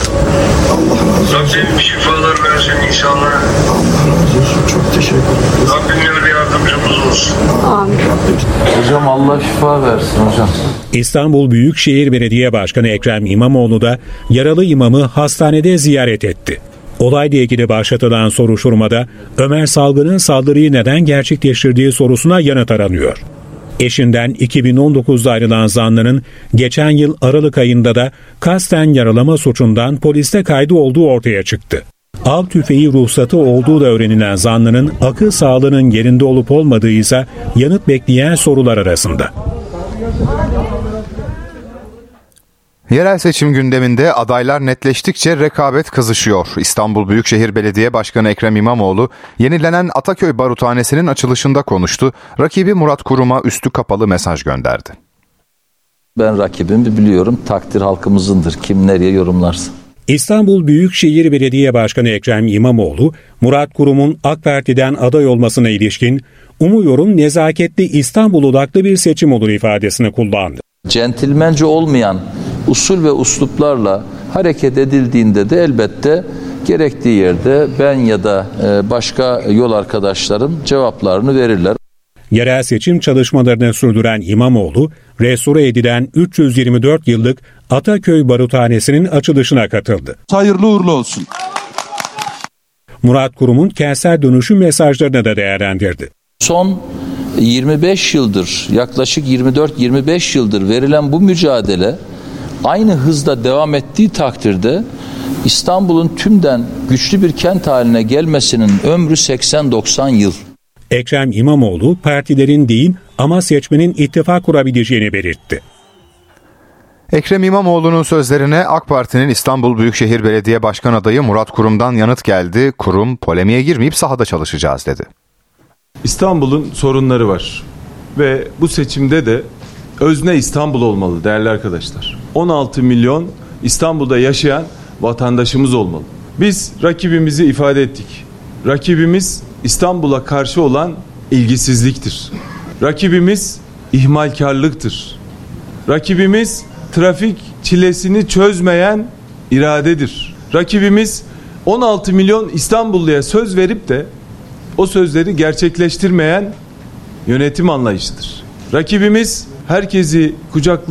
Rabbim şifalar versin insanlara. Allah razı olsun. Çok teşekkür ederim. Rabbim yine yardımcımız olsun. Amin. Hocam Allah şifa versin hocam. İstanbul Büyükşehir Belediye Başkanı Ekrem İmamoğlu da yaralı imamı hastanede ziyaret etti. Olayla ilgili başlatılan soruşturmada Ömer Salgın'ın saldırıyı neden gerçekleştirdiği sorusuna yanıt aranıyor. Eşinden 2019'da ayrılan zanlının geçen yıl Aralık ayında da kasten yaralama suçundan poliste kaydı olduğu ortaya çıktı. Av tüfeği ruhsatı olduğu da öğrenilen zanlının akıl sağlığının yerinde olup olmadığı ise yanıt bekleyen sorular arasında. Yerel seçim gündeminde adaylar netleştikçe rekabet kızışıyor. İstanbul Büyükşehir Belediye Başkanı Ekrem İmamoğlu yenilenen Ataköy Baruthanesi'nin açılışında konuştu. Rakibi Murat Kurum'a üstü kapalı mesaj gönderdi. Ben rakibimi biliyorum, takdir halkımızındır. Kim nereye yorumlarsa. İstanbul Büyükşehir Belediye Başkanı Ekrem İmamoğlu, Murat Kurum'un AK Parti'den aday olmasına ilişkin "Umuyorum nezaketli İstanbul odaklı bir seçim olur" ifadesini kullandı. Centilmence olmayan usul ve usluplarla hareket edildiğinde de elbette gerektiği yerde ben ya da başka yol arkadaşlarım cevaplarını verirler. Yerel seçim çalışmalarını sürdüren İmamoğlu, restore edilen 324 yıllık Ataköy Baruthanesi'nin açılışına katıldı. Hayırlı uğurlu olsun. Murat Kurum'un kentsel dönüşüm mesajlarını da değerlendirdi. Son 25 yıldır, yaklaşık 24-25 yıldır verilen bu mücadele aynı hızda devam ettiği takdirde İstanbul'un tümden güçlü bir kent haline gelmesinin ömrü 80-90 yıl. Ekrem İmamoğlu partilerin değil ama seçmenin ittifak kurabileceğini belirtti. Ekrem İmamoğlu'nun sözlerine AK Parti'nin İstanbul Büyükşehir Belediye Başkan adayı Murat Kurum'dan yanıt geldi. Kurum, polemiğe girmeyip sahada çalışacağız dedi. İstanbul'un sorunları var ve bu seçimde de özne İstanbul olmalı değerli arkadaşlar. 16 milyon İstanbul'da yaşayan vatandaşımız olmalı. Biz rakibimizi ifade ettik. Rakibimiz İstanbul'a karşı olan ilgisizliktir. Rakibimiz ihmalkarlıktır. Rakibimiz trafik çilesini çözmeyen iradedir. Rakibimiz 16 milyon İstanbulluya söz verip de o sözleri gerçekleştirmeyen yönetim anlayışıdır. Rakibimiz herkesi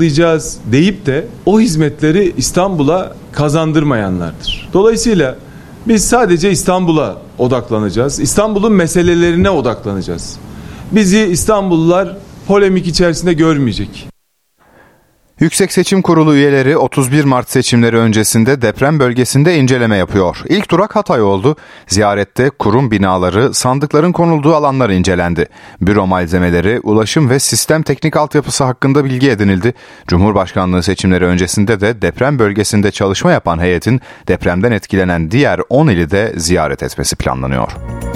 kucaklayacağız deyip de o hizmetleri İstanbul'a kazandırmayanlardır. Dolayısıyla Biz sadece İstanbul'a odaklanacağız. İstanbul'un meselelerine odaklanacağız. Bizi İstanbullular polemik içerisinde görmeyecek. Yüksek Seçim Kurulu üyeleri 31 Mart seçimleri öncesinde deprem bölgesinde inceleme yapıyor. İlk durak Hatay oldu. Ziyarette kurum binaları, sandıkların konulduğu alanlar incelendi. Büro malzemeleri, ulaşım ve sistem teknik altyapısı hakkında bilgi edinildi. Cumhurbaşkanlığı seçimleri öncesinde de deprem bölgesinde çalışma yapan heyetin depremden etkilenen diğer 10 ili de ziyaret etmesi planlanıyor.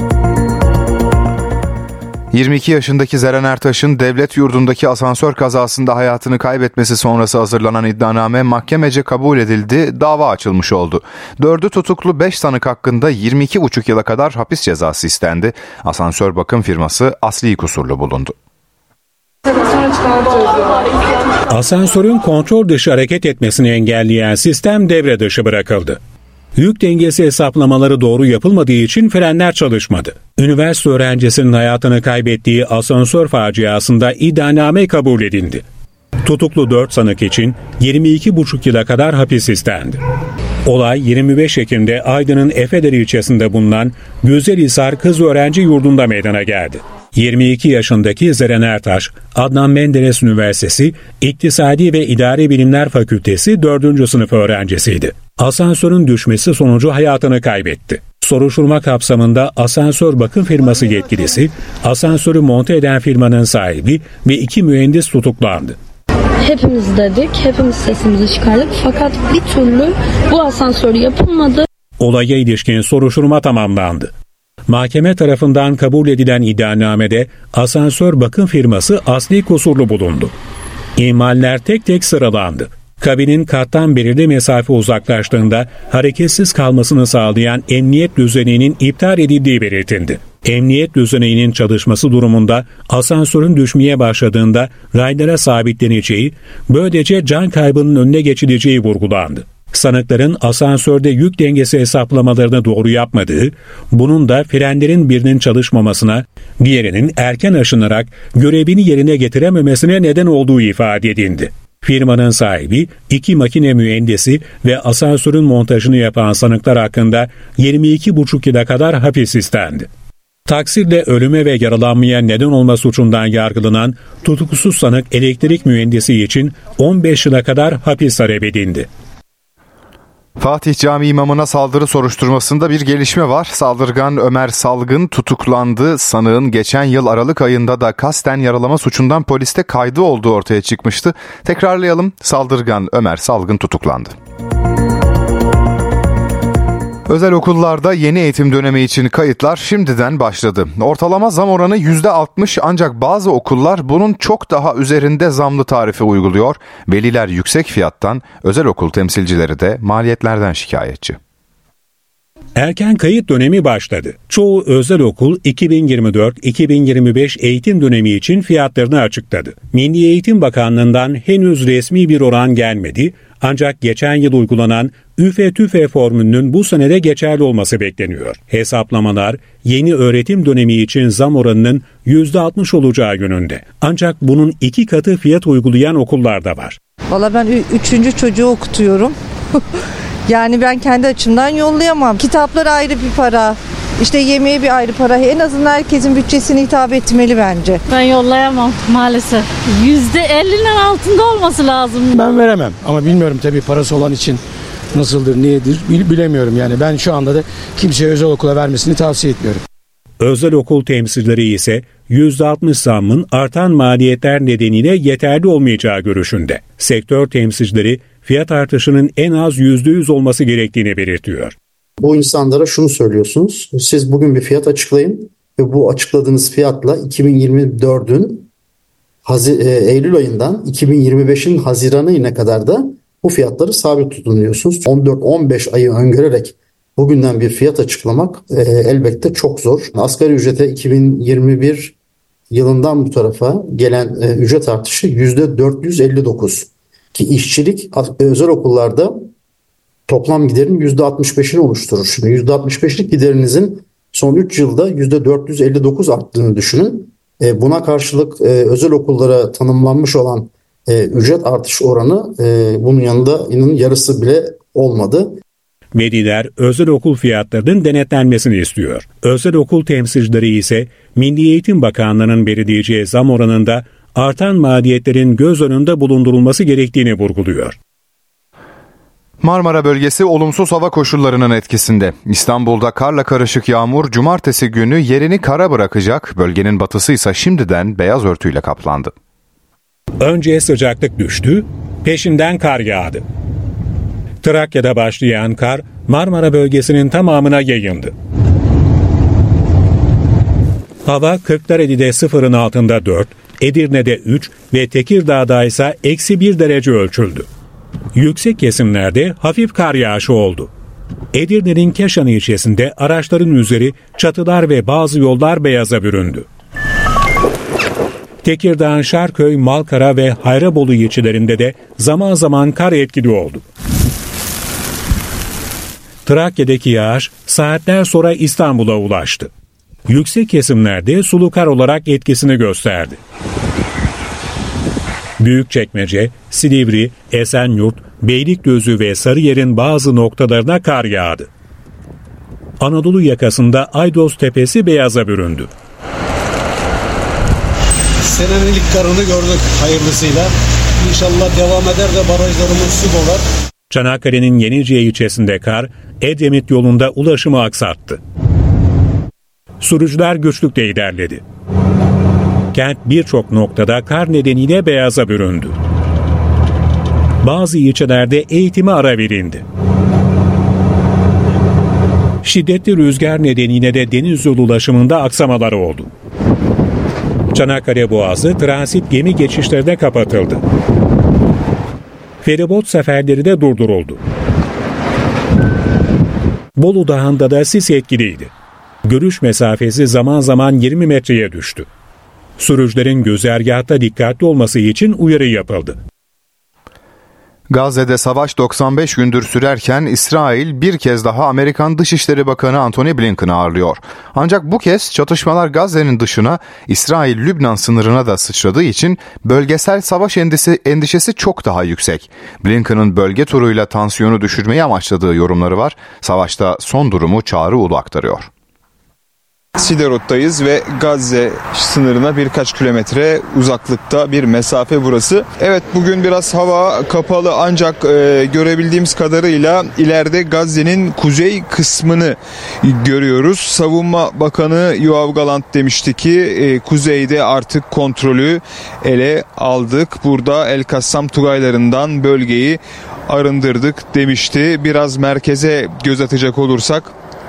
22 yaşındaki Zeren Ertaş'ın devlet yurdundaki asansör kazasında hayatını kaybetmesi sonrası hazırlanan iddianame mahkemece kabul edildi, dava açılmış oldu. 4'ü tutuklu 5 sanık hakkında 22,5 yıla kadar hapis cezası istendi. Asansör bakım firması asli kusurlu bulundu. Asansörün kontrol dışı hareket etmesini engelleyen sistem devre dışı bırakıldı. Yük dengesi hesaplamaları doğru yapılmadığı için frenler çalışmadı. Üniversite öğrencisinin hayatını kaybettiği asansör faciasında iddianame kabul edildi. Tutuklu 4 sanık için 22,5 yıla kadar hapis istendi. Olay 25 Ekim'de Aydın'ın Efedere ilçesinde bulunan Güzelhisar Kız Öğrenci Yurdu'nda meydana geldi. 22 yaşındaki Zeren Ertaş, Adnan Menderes Üniversitesi İktisadi ve İdari Bilimler Fakültesi 4. sınıf öğrencisiydi. Asansörün düşmesi sonucu hayatını kaybetti. Soruşturma kapsamında asansör bakım firması yetkilisi, asansörü monte eden firmanın sahibi ve 2 mühendis tutuklandı. Hepimiz dedik, hepimiz sesimizi çıkardık fakat bir türlü bu asansör yapılmadı. Olaya ilişkin soruşturma tamamlandı. Mahkeme tarafından kabul edilen iddianamede asansör bakım firması asli kusurlu bulundu. İhmaller tek tek sıralandı. Kabinin kattan belirli mesafe uzaklaştığında hareketsiz kalmasını sağlayan emniyet düzeninin iptal edildiği belirtildi. Emniyet düzeninin çalışması durumunda asansörün düşmeye başladığında raylara sabitleneceği, böylece can kaybının önüne geçileceği vurgulandı. Sanıkların asansörde yük dengesi hesaplamalarını doğru yapmadığı, bunun da frenlerin birinin çalışmamasına, diğerinin erken aşınarak görevini yerine getirememesine neden olduğu ifade edildi. Firmanın sahibi, 2 makine mühendisi ve asansörün montajını yapan sanıklar hakkında 22,5 yıla kadar hapis istendi. Taksirle ölüme ve yaralanmaya neden olma suçundan yargılanan tutuksuz sanık elektrik mühendisi için 15 yıla kadar hapis talep edildi. Fatih Camii imamına saldırı soruşturmasında bir gelişme var. Saldırgan Ömer Salgın tutuklandı. Sanığın geçen yıl Aralık ayında da kasten yaralama suçundan poliste kaydı olduğu ortaya çıkmıştı. Tekrarlayalım. Saldırgan Ömer Salgın tutuklandı. Özel okullarda yeni eğitim dönemi için kayıtlar şimdiden başladı. Ortalama zam oranı %60 ancak bazı okullar bunun çok daha üzerinde zamlı tarife uyguluyor. Veliler yüksek fiyattan, özel okul temsilcileri de maliyetlerden şikayetçi. Erken kayıt dönemi başladı. Çoğu özel okul 2024-2025 eğitim dönemi için fiyatlarını açıkladı. Milli Eğitim Bakanlığı'ndan henüz resmi bir oran gelmedi. Ancak geçen yıl uygulanan ÜFE-TÜFE formülünün bu senede geçerli olması bekleniyor. Hesaplamalar yeni öğretim dönemi için zam oranının %60 olacağı yönünde. Ancak bunun 2 katı fiyat uygulayan okullar da var. Valla ben 3. çocuğu okutuyorum. Yani ben kendi açımdan yollayamam. Kitaplar ayrı bir para, işte yemeğe bir ayrı para. En azından herkesin bütçesine hitap etmeli bence. Ben yollayamam maalesef. %50'nin altında olması lazım. Ben veremem ama bilmiyorum tabii parası olan için nasıldır, niyedir bilemiyorum. Yani ben şu anda da kimseye özel okula vermesini tavsiye etmiyorum. Özel okul temsilcileri ise %60 zammın artan maliyetler nedeniyle yeterli olmayacağı görüşünde. Sektör temsilcileri fiyat artışının en az %100 olması gerektiğini belirtiyor. Bu insanlara şunu söylüyorsunuz. Siz bugün bir fiyat açıklayın ve bu açıkladığınız fiyatla 2024'ün Eylül ayından 2025'in Haziran ayına kadar da bu fiyatları sabit tutun diyorsunuz. 14-15 ayı öngörerek bugünden bir fiyat açıklamak elbette çok zor. Asgari ücrete 2021 yılından bu tarafa gelen ücret artışı %459. Ki işçilik özel okullarda toplam giderin %65'ini oluşturur. Şimdi %65'lik giderinizin son 3 yılda %459 arttığını düşünün. Buna karşılık özel okullara tanımlanmış olan ücret artış oranı bunun yanında yarısı bile olmadı. Veliler özel okul fiyatlarının denetlenmesini istiyor. Özel okul temsilcileri ise Milli Eğitim Bakanlığı'nın belirleyeceği zam oranında artan maliyetlerin göz önünde bulundurulması gerektiğini vurguluyor. Marmara bölgesi olumsuz hava koşullarının etkisinde. İstanbul'da karla karışık yağmur cumartesi günü yerini kara bırakacak. Bölgenin batısı ise şimdiden beyaz örtüyle kaplandı. Önce sıcaklık düştü, peşinden kar yağdı. Trakya'da başlayan kar Marmara bölgesinin tamamına yayıldı. Hava Kırklareli'de sıfırın altında 4, Edirne'de 3 ve Tekirdağ'da ise -1 derece ölçüldü. Yüksek kesimlerde hafif kar yağışı oldu. Edirne'nin Keşan ilçesinde araçların üzeri, çatılar ve bazı yollar beyaza büründü. Tekirdağ'ın Şarköy, Malkara ve Hayrabolu ilçelerinde de zaman zaman kar etkili oldu. Trakya'daki yağış saatler sonra İstanbul'a ulaştı. Yüksek kesimlerde sulu kar olarak etkisini gösterdi. Büyükçekmece, Silivri, Esenyurt, Beylikdüzü ve Sarıyer'in bazı noktalarına kar yağdı. Anadolu yakasında Aydos Tepesi beyaza büründü. Senenin ilk karını gördük hayırlısıyla. İnşallah devam eder de barajlarımız su dolar. Çanakkale'nin Yenice ilçesinde kar, Edremit yolunda ulaşımı aksattı. Sürücüler güçlükle ilerledi. Kent birçok noktada kar nedeniyle beyaza büründü. Bazı ilçelerde eğitime ara verildi. Şiddetli rüzgar nedeniyle de deniz yolu ulaşımında aksamalar oldu. Çanakkale Boğazı transit gemi geçişlerine kapatıldı. Feribot seferleri de durduruldu. Bolu Dağı'nda da sis etkiliydi. Görüş mesafesi zaman zaman 20 metreye düştü. Sürücülerin güzergahta dikkatli olması için uyarı yapıldı. Gazze'de savaş 95 gündür sürerken İsrail bir kez daha Amerikan Dışişleri Bakanı Antony Blinken'ı ağırlıyor. Ancak bu kez çatışmalar Gazze'nin dışına İsrail-Lübnan sınırına da sıçradığı için bölgesel savaş endişesi çok daha yüksek. Blinken'ın bölge turuyla tansiyonu düşürmeyi amaçladığı yorumları var. Savaşta son durumu Çağrı Ulu aktarıyor. Siderot'tayız ve Gazze sınırına birkaç kilometre uzaklıkta bir mesafe burası. Evet, bugün biraz hava kapalı ancak görebildiğimiz kadarıyla ileride Gazze'nin kuzey kısmını görüyoruz. Savunma Bakanı Yoav Galant demişti ki kuzeyde artık kontrolü ele aldık. Burada El Kassam Tugaylarından bölgeyi arındırdık demişti. Biraz merkeze göz atacak olursak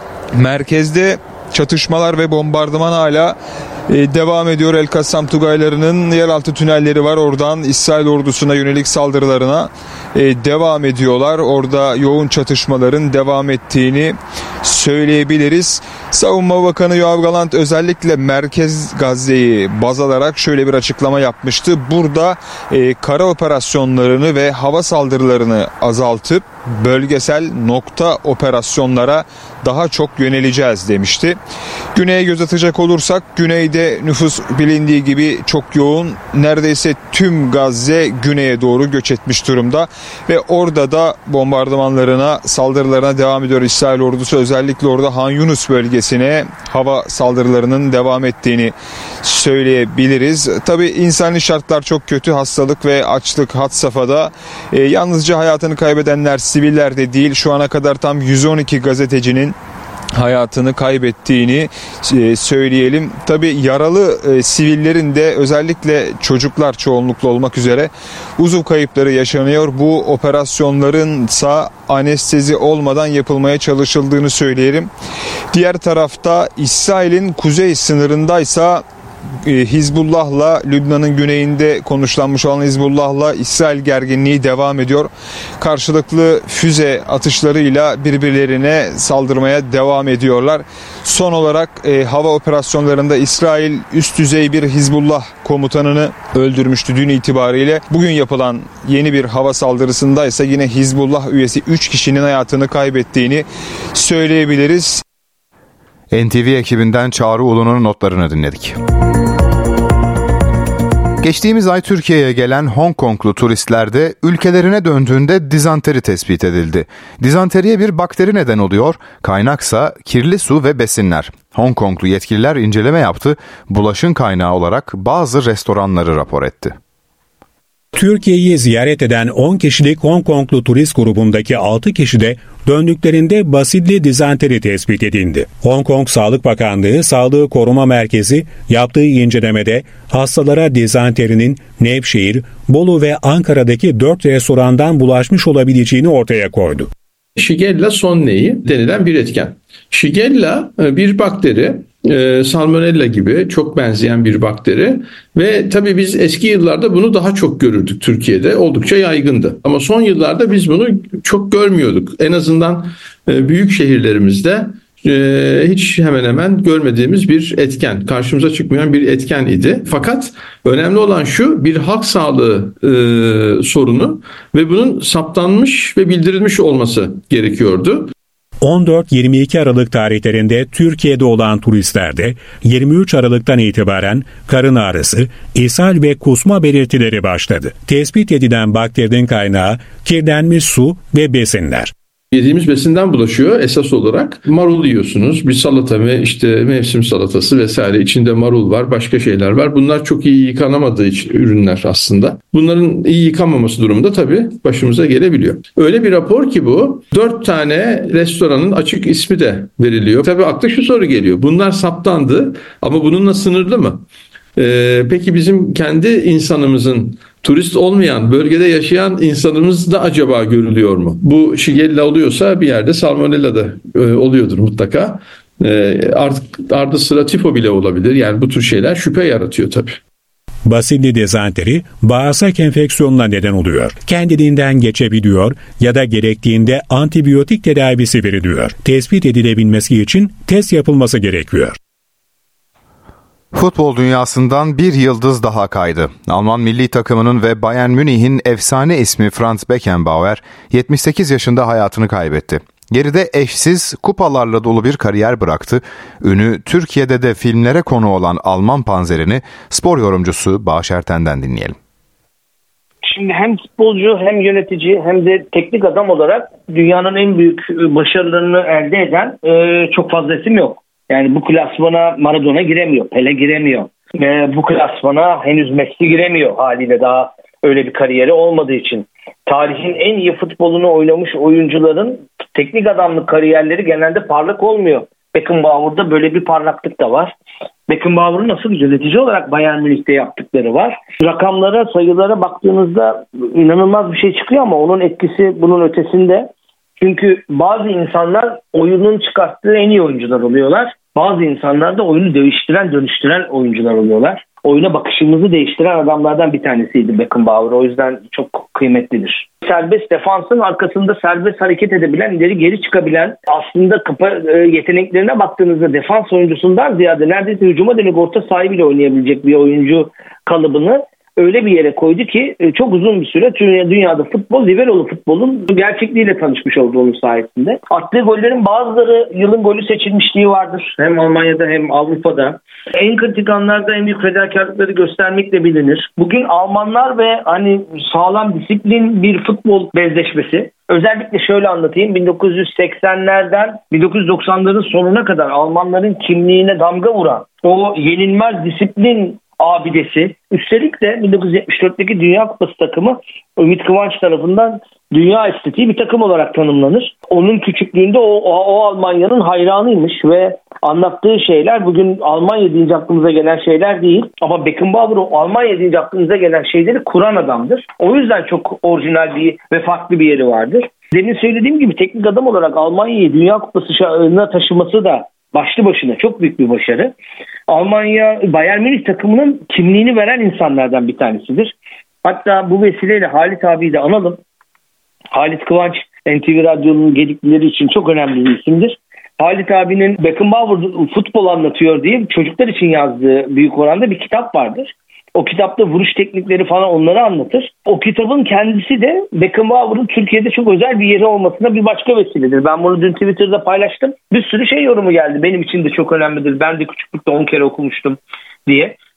merkezde çatışmalar ve bombardıman hala devam ediyor. El Kassam Tugaylarının yeraltı tünelleri var. Oradan İsrail ordusuna yönelik saldırılarına devam ediyorlar. Orada yoğun çatışmaların devam ettiğini söyleyebiliriz. Savunma Bakanı Yoav Galant özellikle Merkez Gazze'yi baz alarak şöyle bir açıklama yapmıştı. Burada kara operasyonlarını ve hava saldırılarını azaltıp bölgesel nokta operasyonlara daha çok yöneleceğiz demişti. Güney'e göz atacak olursak güneyde nüfus bilindiği gibi çok yoğun. Neredeyse tüm Gazze güneye doğru göç etmiş durumda ve orada da bombardımanlarına, saldırılarına devam ediyor İsrail ordusu. Özellikle orada Han Yunus bölgesine hava saldırılarının devam ettiğini söyleyebiliriz. Tabii insani şartlar çok kötü. Hastalık ve açlık had safhada. Yalnızca hayatını kaybedenler siviller de değil. Şu ana kadar tam 112 gazetecinin hayatını kaybettiğini söyleyelim. Tabii yaralı sivillerin de özellikle çocuklar çoğunlukla olmak üzere uzuv kayıpları yaşanıyor. Bu operasyonlarınsa anestezi olmadan yapılmaya çalışıldığını söyleyelim. Diğer tarafta İsrail'in kuzey sınırındaysa Hizbullah'la Lübnan'ın güneyinde konuşlanmış olan Hizbullah'la İsrail gerginliği devam ediyor. Karşılıklı füze atışlarıyla birbirlerine saldırmaya devam ediyorlar. Son olarak hava operasyonlarında İsrail üst düzey bir Hizbullah komutanını öldürmüştü dün itibariyle. Bugün yapılan yeni bir hava saldırısında ise yine Hizbullah üyesi 3 kişinin hayatını kaybettiğini söyleyebiliriz. NTV ekibinden Çağrı Ulu'nun notlarını dinledik. Geçtiğimiz ay Türkiye'ye gelen Hong Konglu turistlerde ülkelerine döndüğünde dizanteri tespit edildi. Dizanteriye bir bakteri neden oluyor, kaynaksa kirli su ve besinler. Hong Konglu yetkililer inceleme yaptı, bulaşın kaynağı olarak bazı restoranları rapor etti. Türkiye'yi ziyaret eden 10 kişilik Hong Konglu turist grubundaki 6 kişi de döndüklerinde basidli dizanteri tespit edildi. Hong Kong Sağlık Bakanlığı Sağlığı Koruma Merkezi yaptığı incelemede hastalara dizanterinin Nevşehir, Bolu ve Ankara'daki 4 restorandan bulaşmış olabileceğini ortaya koydu. Shigella sonnei denilen bir etken. Shigella bir bakteri, Salmonella gibi çok benzeyen bir bakteri ve tabii biz eski yıllarda bunu daha çok görürdük Türkiye'de, oldukça yaygındı. Ama son yıllarda biz bunu çok görmüyorduk. En azından büyük şehirlerimizde hiç hemen hemen görmediğimiz bir etken, karşımıza çıkmayan bir etken idi. Fakat önemli olan şu, bir halk sağlığı sorunu ve bunun saptanmış ve bildirilmiş olması gerekiyordu. 14-22 Aralık tarihlerinde Türkiye'de olan turistlerde 23 Aralık'tan itibaren karın ağrısı, ishal ve kusma belirtileri başladı. Tespit edilen bakterinin kaynağı kirlenmiş su ve besinler. Yediğimiz besinden bulaşıyor esas olarak. Marul yiyorsunuz, bir salata ve işte mevsim salatası vesaire, içinde marul var, başka şeyler var. Bunlar çok iyi yıkanamadığı ürünler aslında. Bunların iyi yıkanmaması durumunda tabii başımıza gelebiliyor. Öyle bir rapor ki bu, 4 tane restoranın açık ismi de veriliyor. Tabii akla şu soru geliyor, bunlar saptandı ama bununla sınırlı mı? Peki bizim kendi insanımızın, turist olmayan, bölgede yaşayan insanımız da acaba görülüyor mu? Bu Shigella oluyorsa bir yerde Salmonella da oluyordur mutlaka. Artık ardı sıra tifo bile olabilir. Yani bu tür şeyler şüphe yaratıyor tabii. Basidli dizanteri bağırsak enfeksiyonuna neden oluyor. Kendiliğinden geçebiliyor ya da gerektiğinde antibiyotik tedavisi veriliyor. Tespit edilebilmesi için test yapılması gerekiyor. Futbol dünyasından bir yıldız daha kaydı. Alman milli takımının ve Bayern Münih'in efsane ismi Franz Beckenbauer 78 yaşında hayatını kaybetti. Geride eşsiz kupalarla dolu bir kariyer bıraktı. Ünü Türkiye'de de filmlere konu olan Alman panzerini spor yorumcusu Bağış Erten'den dinleyelim. Şimdi hem futbolcu hem yönetici hem de teknik adam olarak dünyanın en büyük başarılarını elde eden çok fazla isim yok. Yani bu klasmana Maradona giremiyor, Pele giremiyor. Bu klasmana henüz Messi giremiyor haliyle, daha öyle bir kariyeri olmadığı için. Tarihin en iyi futbolunu oynamış oyuncuların teknik adamlık kariyerleri genelde parlak olmuyor. Beckenbauer'da böyle bir parlaklık da var. Beckenbauer'ın nasıl bir yönetici olarak Bayern Münih'te yaptıkları var. Rakamlara, sayılara baktığınızda inanılmaz bir şey çıkıyor ama onun etkisi bunun ötesinde. Çünkü bazı insanlar oyunun çıkarttığı en iyi oyuncular oluyorlar. Bazı insanlar da oyunu dönüştüren oyuncular oluyorlar. Oyuna bakışımızı değiştiren adamlardan bir tanesiydi Beckenbauer. O yüzden çok kıymetlidir. Serbest defansın arkasında serbest hareket edebilen, ileri geri çıkabilen, aslında yeteneklerine baktığınızda defans oyuncusundan ziyade neredeyse hücuma dönük orta sahibiyle oynayabilecek bir oyuncu kalıbını öyle bir yere koydu ki çok uzun bir süre dünyada futbol, liberolu futbolun gerçekliğiyle tanışmış oldu onun sayesinde. Attığı gollerin bazıları yılın golü seçilmişliği vardır. Hem Almanya'da hem Avrupa'da. En kritik anlarda en büyük fedakarlıkları göstermekle bilinir. Bugün Almanlar ve hani sağlam disiplin bir futbol benzeşmesi. Özellikle şöyle anlatayım. 1980'lerden 1990'ların sonuna kadar Almanların kimliğine damga vuran o yenilmez disiplin abidesi. Üstelik de 1974'teki Dünya Kupası takımı Ümit Kıvanç tarafından dünya estetiği bir takım olarak tanımlanır. Onun küçüklüğünde o Almanya'nın hayranıymış ve anlattığı şeyler bugün Almanya deyince aklımıza gelen şeyler değil. Ama Beckenbauer o Almanya deyince aklımıza gelen şeyleri kuran adamdır. O yüzden çok orijinal ve farklı bir yeri vardır. Demin söylediğim gibi teknik adam olarak Almanya'yı Dünya Kupası'na taşıması da başlı başına çok büyük bir başarı. Almanya, Bayern Münih takımının kimliğini veren insanlardan bir tanesidir. Hatta bu vesileyle Halit abiyi de analım. Halit Kıvanç, NTV Radyo'nun gediklileri için çok önemli bir isimdir. Halit abinin Beckenbauer futbol anlatıyor diye çocuklar için yazdığı büyük oranda bir kitap vardır. O kitapta vuruş teknikleri falan onları anlatır. O kitabın kendisi de Beckenbauer'ın Türkiye'de çok özel bir yeri olmasına bir başka vesiledir. Ben bunu dün Twitter'da paylaştım. Bir sürü yorumu geldi. Benim için de çok önemlidir. Ben de küçüklükte 10 kere okumuştum diye.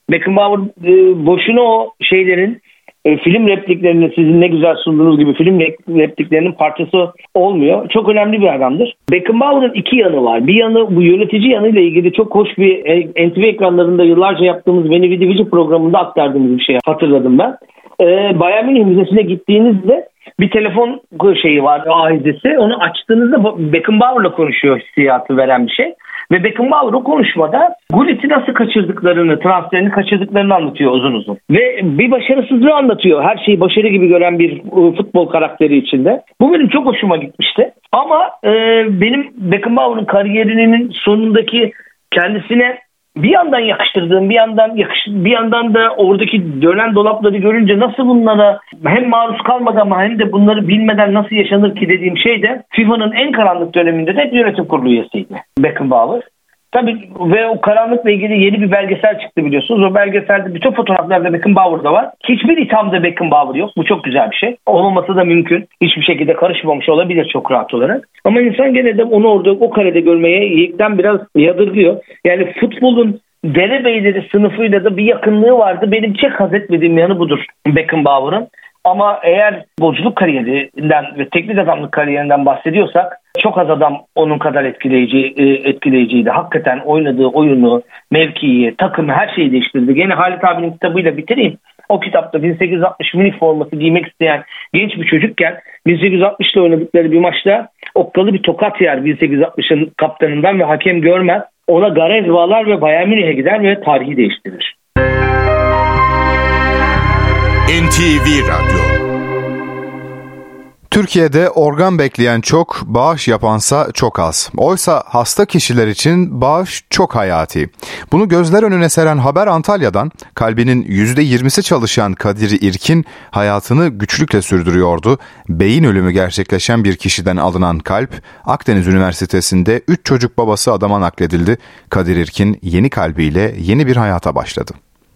Beckenbauer boşuna o şeylerin film repliklerinin sizin ne güzel sunduğunuz gibi film repliklerinin parçası olmuyor. Çok önemli bir adamdır. Beckenbauer'ın iki yanı var. Bir yanı bu yönetici yanıyla ilgili çok hoş bir NTV ekranlarında yıllarca yaptığımız Veni Vidi Vici programında aktardığımız bir şey hatırladım ben. Bayern Münih Müzesi'ne gittiğinizde bir telefon şeyi var, ahizesi. Onu açtığınızda Beckenbauer'la konuşuyor hissiyatı veren bir şey. Ve Beckenbauer o konuşmada Gullit'i nasıl kaçırdıklarını, transferini kaçırdıklarını anlatıyor uzun uzun. Ve bir başarısızlığı anlatıyor. Her şeyi başarı gibi gören bir futbol karakteri içinde. Bu benim çok hoşuma gitmişti. Ama benim Beckenbauer'ın kariyerinin sonundaki kendisine bir yandan yakıştırdığım, bir yandan da oradaki dönen dolapları görünce nasıl bunlara hem maruz kalmadan ama hem de bunları bilmeden nasıl yaşanır ki dediğim şey de FIFA'nın en karanlık döneminde de yönetim kurulu üyesiydi Beckenbauer. Tabii ve o karanlıkla ilgili yeni bir belgesel çıktı biliyorsunuz. O belgeselde bütün fotoğraflarda Beckenbauer'da var. Hiçbir ithamda Beckenbauer yok. Bu çok güzel bir şey. Olmaması da mümkün. Hiçbir şekilde karışmamış olabilir çok rahat olarak. Ama insan gene de onu orada o karede görmeye ilkten biraz yadırgıyor. Yani futbolun derebeyleri sınıfıyla da bir yakınlığı vardı. Benim çok haz etmediğim yanı budur Beckenbauer'ın. Ama eğer futbolculuk kariyerinden ve teknik adamlık kariyerinden bahsediyorsak çok az adam onun kadar etkileyiciydi. Hakikaten oynadığı oyunu, mevkiyi, takımı her şeyi değiştirdi. Gene Halit abinin kitabıyla bitireyim. O kitapta 1860 Münih forması giymek isteyen genç bir çocukken 1860 ile oynadıkları bir maçta okkalı bir tokat yer 1860'ın kaptanından ve hakem görmez. Ona garez bağlar ve Bayern Münih'e gider ve tarihi değiştirir. NTV Radyo. Türkiye'de organ bekleyen çok, bağış yapansa çok az. Oysa hasta kişiler için bağış çok hayati. Bunu gözler önüne seren haber Antalya'dan, kalbinin %20'si çalışan Kadir İrkin hayatını güçlükle sürdürüyordu. Beyin ölümü gerçekleşen bir kişiden alınan kalp, Akdeniz Üniversitesi'nde 3 çocuk babası adama nakledildi. Kadir İrkin yeni kalbiyle yeni bir hayata başladı.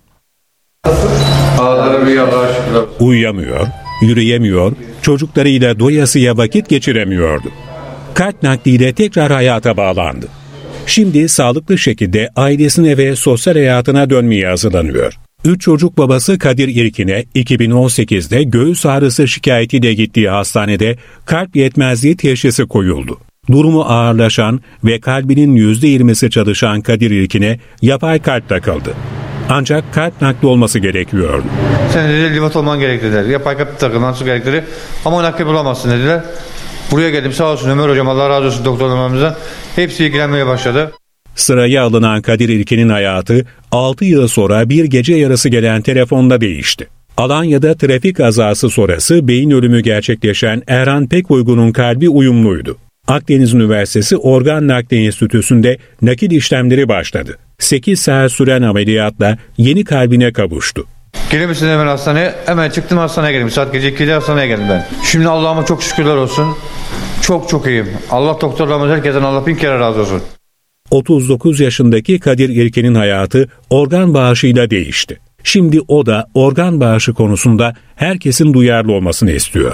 Uyuyamıyor, yürüyemiyor, çocuklarıyla doyasıya vakit geçiremiyordu. Kalp nakliyle tekrar hayata bağlandı. Şimdi sağlıklı şekilde ailesine ve sosyal hayatına dönmeye hazırlanıyor. 3 çocuk babası Kadir İrkin'e 2018'de göğüs ağrısı şikayetiyle gittiği hastanede kalp yetmezliği teşhisi koyuldu. Durumu ağırlaşan ve kalbinin %20'si çalışan Kadir İrkin'e yapay kalp takıldı. Ancak kalp nakli olması gerekiyordu. Sen dediler livat olman gerek dediler. Yapay kalp takılması gerektirir. Ama nakli bulamazsın dediler. Buraya geldim sağ olsun Ömer hocam Allah razı olsun doktorlarımızdan. Hepsi ilgilenmeye başladı. Sıraya alınan Kadir İrkin'in hayatı 6 yıl sonra bir gece yarısı gelen telefonda değişti. Alanya'da trafik kazası sonrası beyin ölümü gerçekleşen Erhan Pekuygun'un kalbi uyumluydu. Akdeniz Üniversitesi Organ Nakli Enstitüsü'nde nakil işlemleri başladı. 8 saat süren ameliyatla yeni kalbine kavuştu. Gelir misin hemen hastaneye? Hemen çıktım hastaneye geldim. Saat gece 2'de hastaneye geldim ben. Şimdi Allah'ıma çok şükürler olsun. Çok iyiyim. Allah doktorlarımız herkesten Allah bin kere razı olsun. 39 yaşındaki Kadir İrkin'in hayatı organ bağışıyla değişti. Şimdi o da organ bağışı konusunda herkesin duyarlı olmasını istiyor.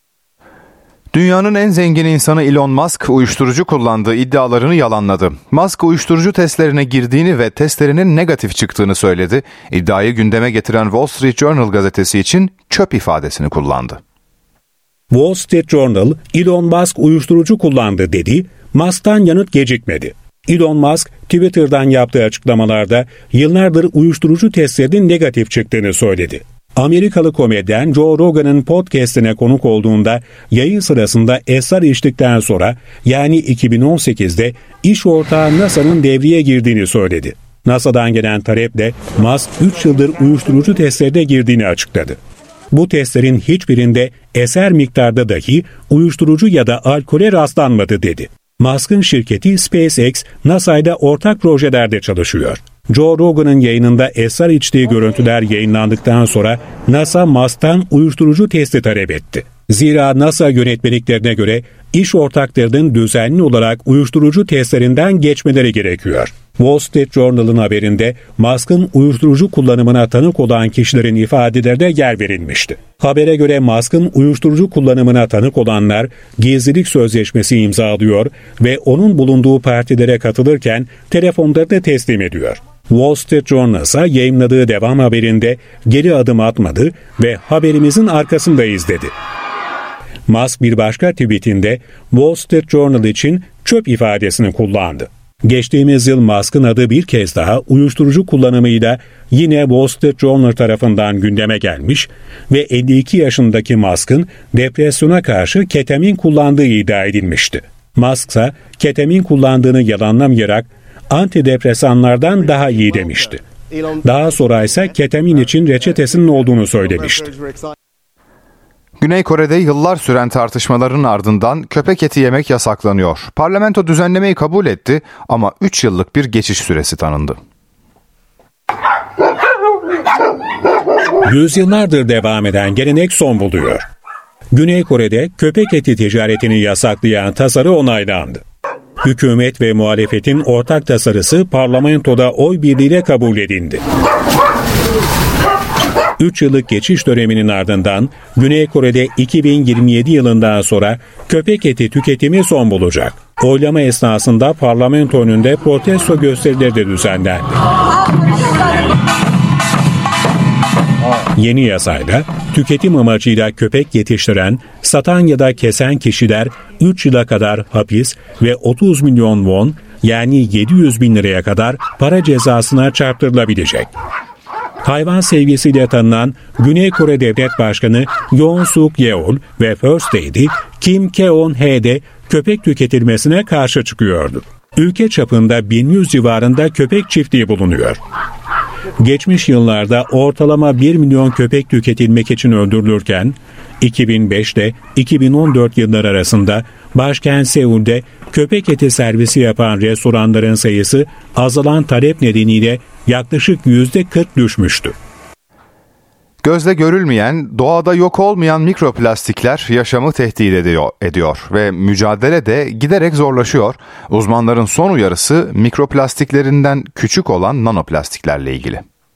Dünyanın en zengin insanı Elon Musk uyuşturucu kullandığı iddialarını yalanladı. Musk uyuşturucu testlerine girdiğini ve testlerinin negatif çıktığını söyledi. İddiayı gündeme getiren Wall Street Journal gazetesi için çöp ifadesini kullandı. Wall Street Journal, Elon Musk uyuşturucu kullandı dedi, Musk'tan yanıt gecikmedi. Elon Musk, Twitter'dan yaptığı açıklamalarda yıllardır uyuşturucu testlerinin negatif çıktığını söyledi. Amerikalı komedyen Joe Rogan'ın podcast'ine konuk olduğunda yayın sırasında esrar içtikten sonra yani 2018'de iş ortağı NASA'nın devreye girdiğini söyledi. NASA'dan gelen taleple Musk 3 yıldır uyuşturucu testlerine girdiğini açıkladı. Bu testlerin hiçbirinde eser miktarda dahi uyuşturucu ya da alkole rastlanmadı dedi. Musk'ın şirketi SpaceX, NASA'yla ortak projelerde çalışıyor. Joe Rogan'ın yayınında esrar içtiği görüntüler yayınlandıktan sonra NASA Musk'tan uyuşturucu testi talep etti. Zira NASA yönetmeliklerine göre iş ortaklarının düzenli olarak uyuşturucu testlerinden geçmeleri gerekiyor. Wall Street Journal'ın haberinde Musk'ın uyuşturucu kullanımına tanık olan kişilerin ifadelerine yer verilmişti. Habere göre Musk'ın uyuşturucu kullanımına tanık olanlar gizlilik sözleşmesi imzalıyor ve onun bulunduğu partilere katılırken telefonlarını teslim ediyor. Wall Street Journal ise yayımladığı devam haberinde geri adım atmadı ve haberimizin arkasındayız dedi. Musk bir başka tweetinde Wall Street Journal için çöp ifadesini kullandı. Geçtiğimiz yıl Musk'ın adı bir kez daha uyuşturucu kullanımıyla yine Wall Street Journal tarafından gündeme gelmiş ve 52 yaşındaki Musk'ın depresyona karşı ketamin kullandığı iddia edilmişti. Musk ise ketamin kullandığını yalanlamayarak antidepresanlardan daha iyi demişti. Daha sonra ise ketamin için reçetesinin olduğunu söylemişti. Güney Kore'de yıllar süren tartışmaların ardından köpek eti yemek yasaklanıyor. Parlamento düzenlemeyi kabul etti ama 3 yıllık bir geçiş süresi tanındı. Yüzyıllardır devam eden gelenek son buluyor. Güney Kore'de köpek eti ticaretini yasaklayan tasarı onaylandı. Hükümet ve muhalefetin ortak tasarısı parlamentoda oy birliğiyle kabul edildi. 3 yıllık geçiş döneminin ardından Güney Kore'de 2027 yılından sonra köpek eti tüketimi son bulacak. Oylama esnasında parlamento önünde protesto gösterileri de düzenlendi. Yeni yasayla tüketim amacıyla köpek yetiştiren, satan ya da kesen kişiler 3 yıla kadar hapis ve 30 milyon won yani 700 bin liraya kadar para cezasına çarptırılabilecek. Hayvan sevgisiyle tanınan Güney Kore Devlet Başkanı Yoon Suk Yeol ve First Lady Kim Keon-hye de köpek tüketilmesine karşı çıkıyordu. Ülke çapında 1100 civarında köpek çiftliği bulunuyor. Geçmiş yıllarda ortalama 1 milyon köpek tüketilmek için öldürülürken 2005 ile 2014 yılları arasında başkent Seul'de köpek eti servisi yapan restoranların sayısı azalan talep nedeniyle yaklaşık %40 düşmüştü. Gözle görülmeyen, doğada yok olmayan mikroplastikler yaşamı tehdit ediyor ve mücadele de giderek zorlaşıyor. Uzmanların son uyarısı mikroplastiklerinden küçük olan nanoplastiklerle ilgili.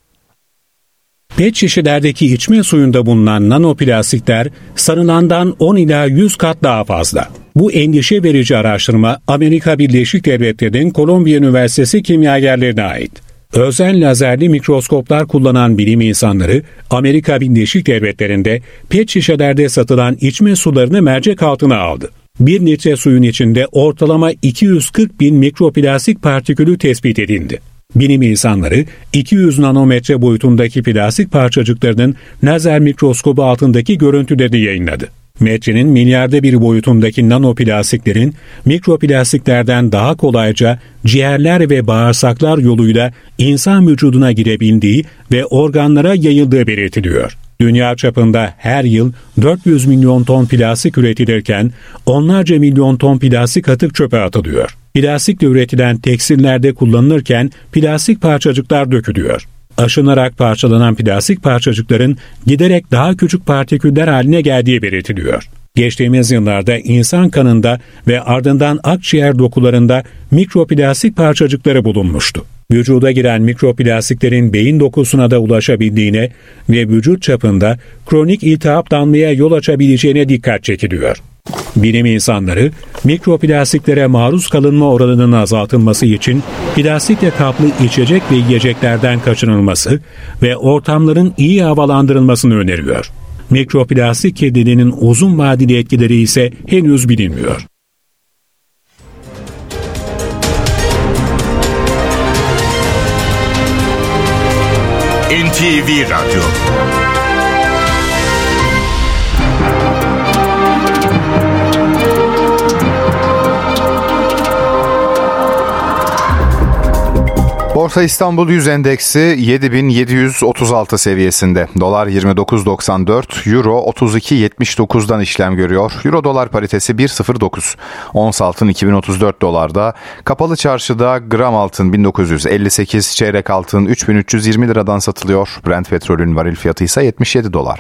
Pet şişelerdeki içme suyunda bulunan nanoplastikler sanılandan 10 ila 100 kat daha fazla. Bu endişe verici araştırma Amerika Birleşik Devletleri'nin Kolombiya Üniversitesi kimyagerlerine ait. Özel lazerli mikroskoplar kullanan bilim insanları Amerika Birleşik Devletleri'nde pet şişelerde satılan içme sularını mercek altına aldı. 1 litre suyun içinde ortalama 240 bin mikroplastik partikülü tespit edildi. Bilim insanları 200 nanometre boyutundaki plastik parçacıklarının lazer mikroskobu altındaki görüntülerini yayınladı. Metrenin milyarda bir boyutundaki nanoplastiklerin mikroplastiklerden daha kolayca ciğerler ve bağırsaklar yoluyla insan vücuduna girebildiği ve organlara yayıldığı belirtiliyor. Dünya çapında her yıl 400 milyon ton plastik üretilirken onlarca milyon ton plastik atık çöpe atılıyor. Plastikle üretilen tekstillerde kullanılırken plastik parçacıklar dökülüyor. Aşınarak parçalanan plastik parçacıkların giderek daha küçük partiküller haline geldiği belirtiliyor. Geçtiğimiz yıllarda insan kanında ve ardından akciğer dokularında mikroplastik parçacıkları bulunmuştu. Vücuda giren mikroplastiklerin beyin dokusuna da ulaşabildiğine ve vücut çapında kronik iltihaplanmaya yol açabileceğine dikkat çekiliyor. Bilim insanları mikroplastiklere maruz kalınma oranının azaltılması için plastikle kaplı içecek ve yiyeceklerden kaçınılması ve ortamların iyi havalandırılmasını öneriyor. Mikroplastik kirliliğinin uzun vadeli etkileri ise henüz bilinmiyor. NTV Radyo. Borsa İstanbul 100 endeksi 7736 seviyesinde. Dolar 29.94, Euro 32.79'dan işlem görüyor. Euro dolar paritesi 1.09. Ons altın 2034 dolarda. Kapalı çarşıda gram altın 1958, çeyrek altın 3320 liradan satılıyor. Brent petrolün varil fiyatı ise 77 dolar.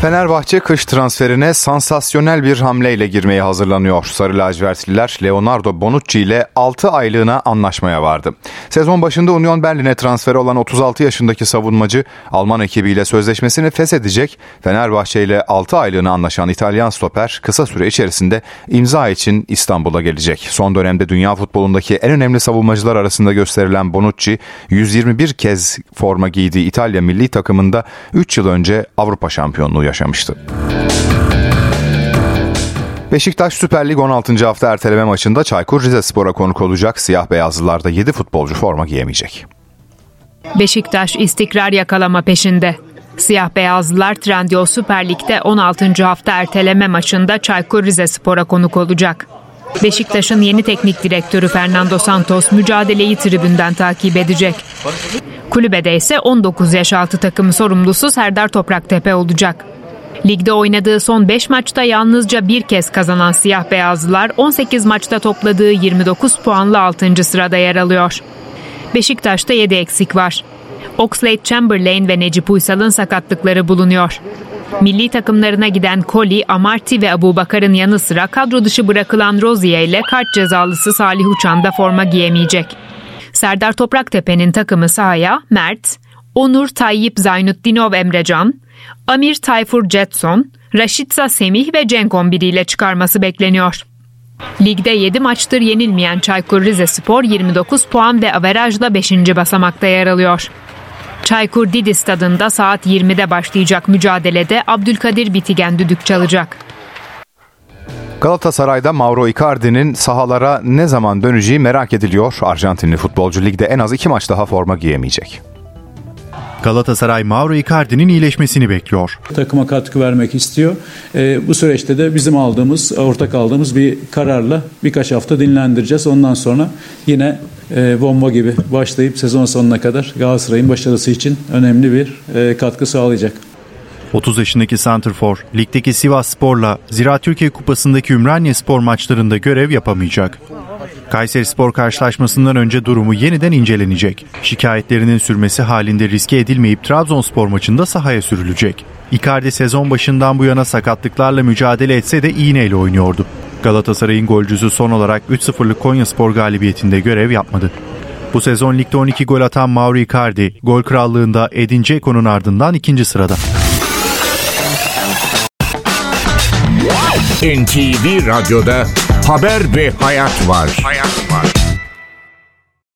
Fenerbahçe kış transferine sansasyonel bir hamleyle girmeye hazırlanıyor. Sarı lacivertliler Leonardo Bonucci ile 6 aylığına anlaşmaya vardı. Sezon başında Union Berlin'e transferi olan 36 yaşındaki savunmacı Alman ekibiyle sözleşmesini feshedecek. Fenerbahçe ile 6 aylığına anlaşan İtalyan stoper kısa süre içerisinde imza için İstanbul'a gelecek. Son dönemde dünya futbolundaki en önemli savunmacılar arasında gösterilen Bonucci 121 kez forma giydiği İtalya milli takımında 3 yıl önce Avrupa şampiyonluğu yaşamıştı. Beşiktaş Süper Lig 16. hafta erteleme maçında Çaykur Rizespor'a konuk olacak. Siyah beyazlılarda 7 futbolcu forma giyemeyecek. Beşiktaş istikrar yakalama peşinde. Siyah beyazlılar Trendyol Süper Lig'de 16. hafta erteleme maçında Çaykur Rizespor'a konuk olacak. Beşiktaş'ın yeni teknik direktörü Fernando Santos mücadeleyi tribünden takip edecek. Kulübede ise 19 yaş altı takımı sorumlusu Serdar Topraktepe olacak. Ligde oynadığı son 5 maçta yalnızca bir kez kazanan siyah beyazlılar 18 maçta topladığı 29 puanla 6. sırada yer alıyor. Beşiktaş'ta 7 eksik var. Oxlade-Chamberlain ve Necip Uysal'ın sakatlıkları bulunuyor. Milli takımlarına giden Koli, Amarty ve Abubakar'ın yanı sıra kadro dışı bırakılan Rozier ile kart cezalısı Salih Uçan da forma giyemeyecek. Serdar Topraktepe'nin takımı sahaya Mert, Onur Tayyip Zaynutdinov Emrecan, Amir Tayfur Jetson, Raşitsa Semih ve Cenk 11 ile çıkarması bekleniyor. Ligde 7 maçtır yenilmeyen Çaykur Rizespor 29 puan ve averajla 5. basamakta yer alıyor. Çaykur Didi Stadı'nda saat 20'de başlayacak mücadelede Abdülkadir Bitigen düdük çalacak. Galatasaray'da Mauro Icardi'nin sahalara ne zaman döneceği merak ediliyor. Arjantinli futbolcu ligde en az 2 maç daha forma giyemeyecek. Galatasaray Mauro Icardi'nin iyileşmesini bekliyor. Takıma katkı vermek istiyor. Bu süreçte de bizim ortak aldığımız bir kararla birkaç hafta dinlendireceğiz. Ondan sonra yine bomba gibi başlayıp sezon sonuna kadar Galatasaray'ın başarısı için önemli bir katkı sağlayacak. 30 yaşındaki santrfor, ligdeki Sivasspor'la Ziraat Türkiye Kupası'ndaki Ümraniye-Spor maçlarında görev yapamayacak. Kayserispor karşılaşmasından önce durumu yeniden incelenecek. Şikayetlerinin sürmesi halinde riske edilmeyip Trabzonspor maçında sahaya sürülecek. Icardi sezon başından bu yana sakatlıklarla mücadele etse de iğneyle oynuyordu. Galatasaray'ın golcüsü son olarak 3-0'lık Konyaspor galibiyetinde görev yapmadı. Bu sezon ligde 12 gol atan Mauro Icardi, gol krallığında Edin Dzeko'nun ardından 2. sırada. NTV Radyo'da haber ve hayat var.